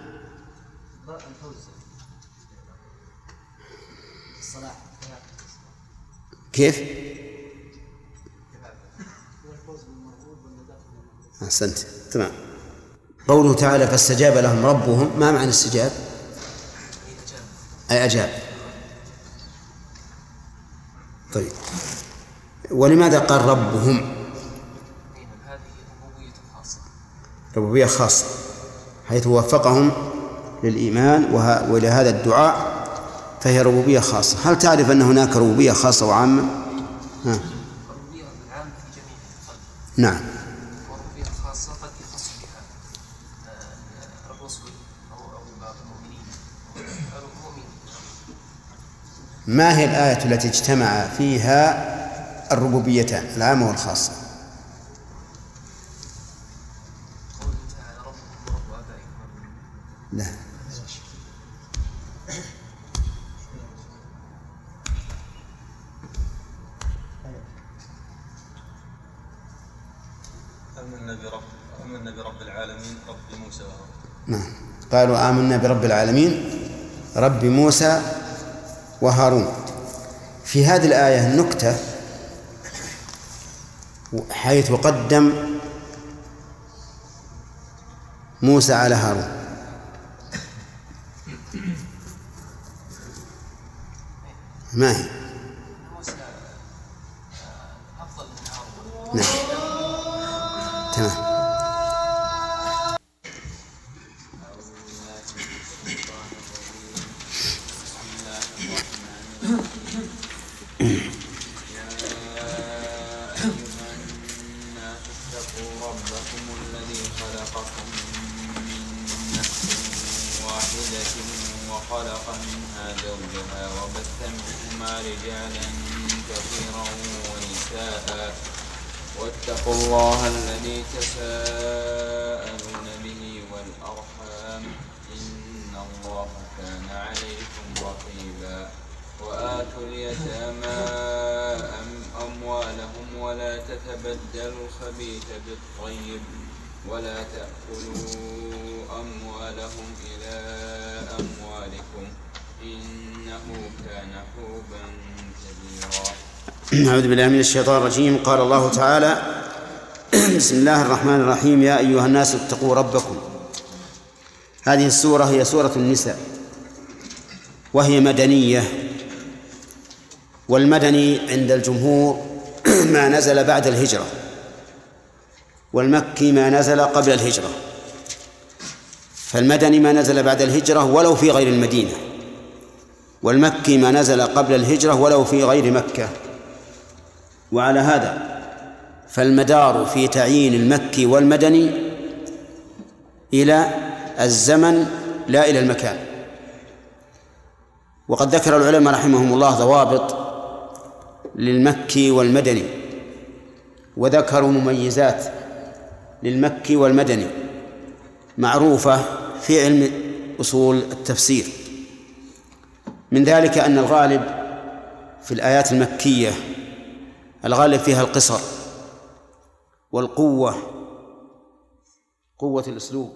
كيف؟ أحسنت. تمام. قوله تعالى فاستجاب لهم ربهم، ما معنى الاستجاب؟ أي أجاب. طيب ولماذا قال ربهم؟ ربوبية خاصة حيث وفقهم للإيمان ولهذا الدعاء، فهي ربوبية خاصة. هل تعرف أن هناك ربوبية خاصة وعامة؟ ها. ربوبية العام في جميع الخلق. نعم. وربوبية خاصة قد يخص بها الرسل أو بعض المؤمنين. ما هي الآية التي اجتمع فيها الربوبيتان العامة والخاصة؟ قوله تعالى ربكم ورب آبائكم. لا. آمنا برب العالمين رب موسى وهارون. نعم. قالوا آمنا برب العالمين رب موسى وهارون. في هذه الآية نكتة حيث قدم موسى على هارون. ما هي؟ نعم. تمام. وخلق منها زوجها وبث منهما رجالا كثيرا ونساء واتقوا الله الذي تساءلون به والأرحام إن الله كان عليكم رقيبا وآتوا اليتامى أموالهم ولا تتبدلوا الخبيث بالطيب ولا تأكلوا أموالهم إلى أموالكم إنه كان حوبا كبيرا. أعوذ بالله من الشيطان الرجيم. قال الله تعالى: بسم الله الرحمن الرحيم. يا أيها الناس اتقوا ربكم. هذه السورة هي سورة النساء وهي مدنية، والمدني عند الجمهور ما نزل بعد الهجرة، والمكي ما نزل قبل الهجرة. فالمدني ما نزل بعد الهجرة ولو في غير المدينة، والمكي ما نزل قبل الهجرة ولو في غير مكة. وعلى هذا فالمدار في تعيين المكي والمدني إلى الزمن لا إلى المكان. وقد ذكر العلماء رحمهم الله ضوابط للمكي والمدني، وذكروا مميزات للمكي والمدني معروفة في علم أصول التفسير. من ذلك أن الغالب في الآيات المكية الغالب فيها القصر والقوة، قوة الأسلوب،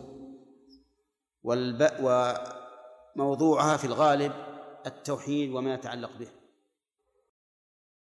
وموضوعها في الغالب التوحيد وما يتعلق به.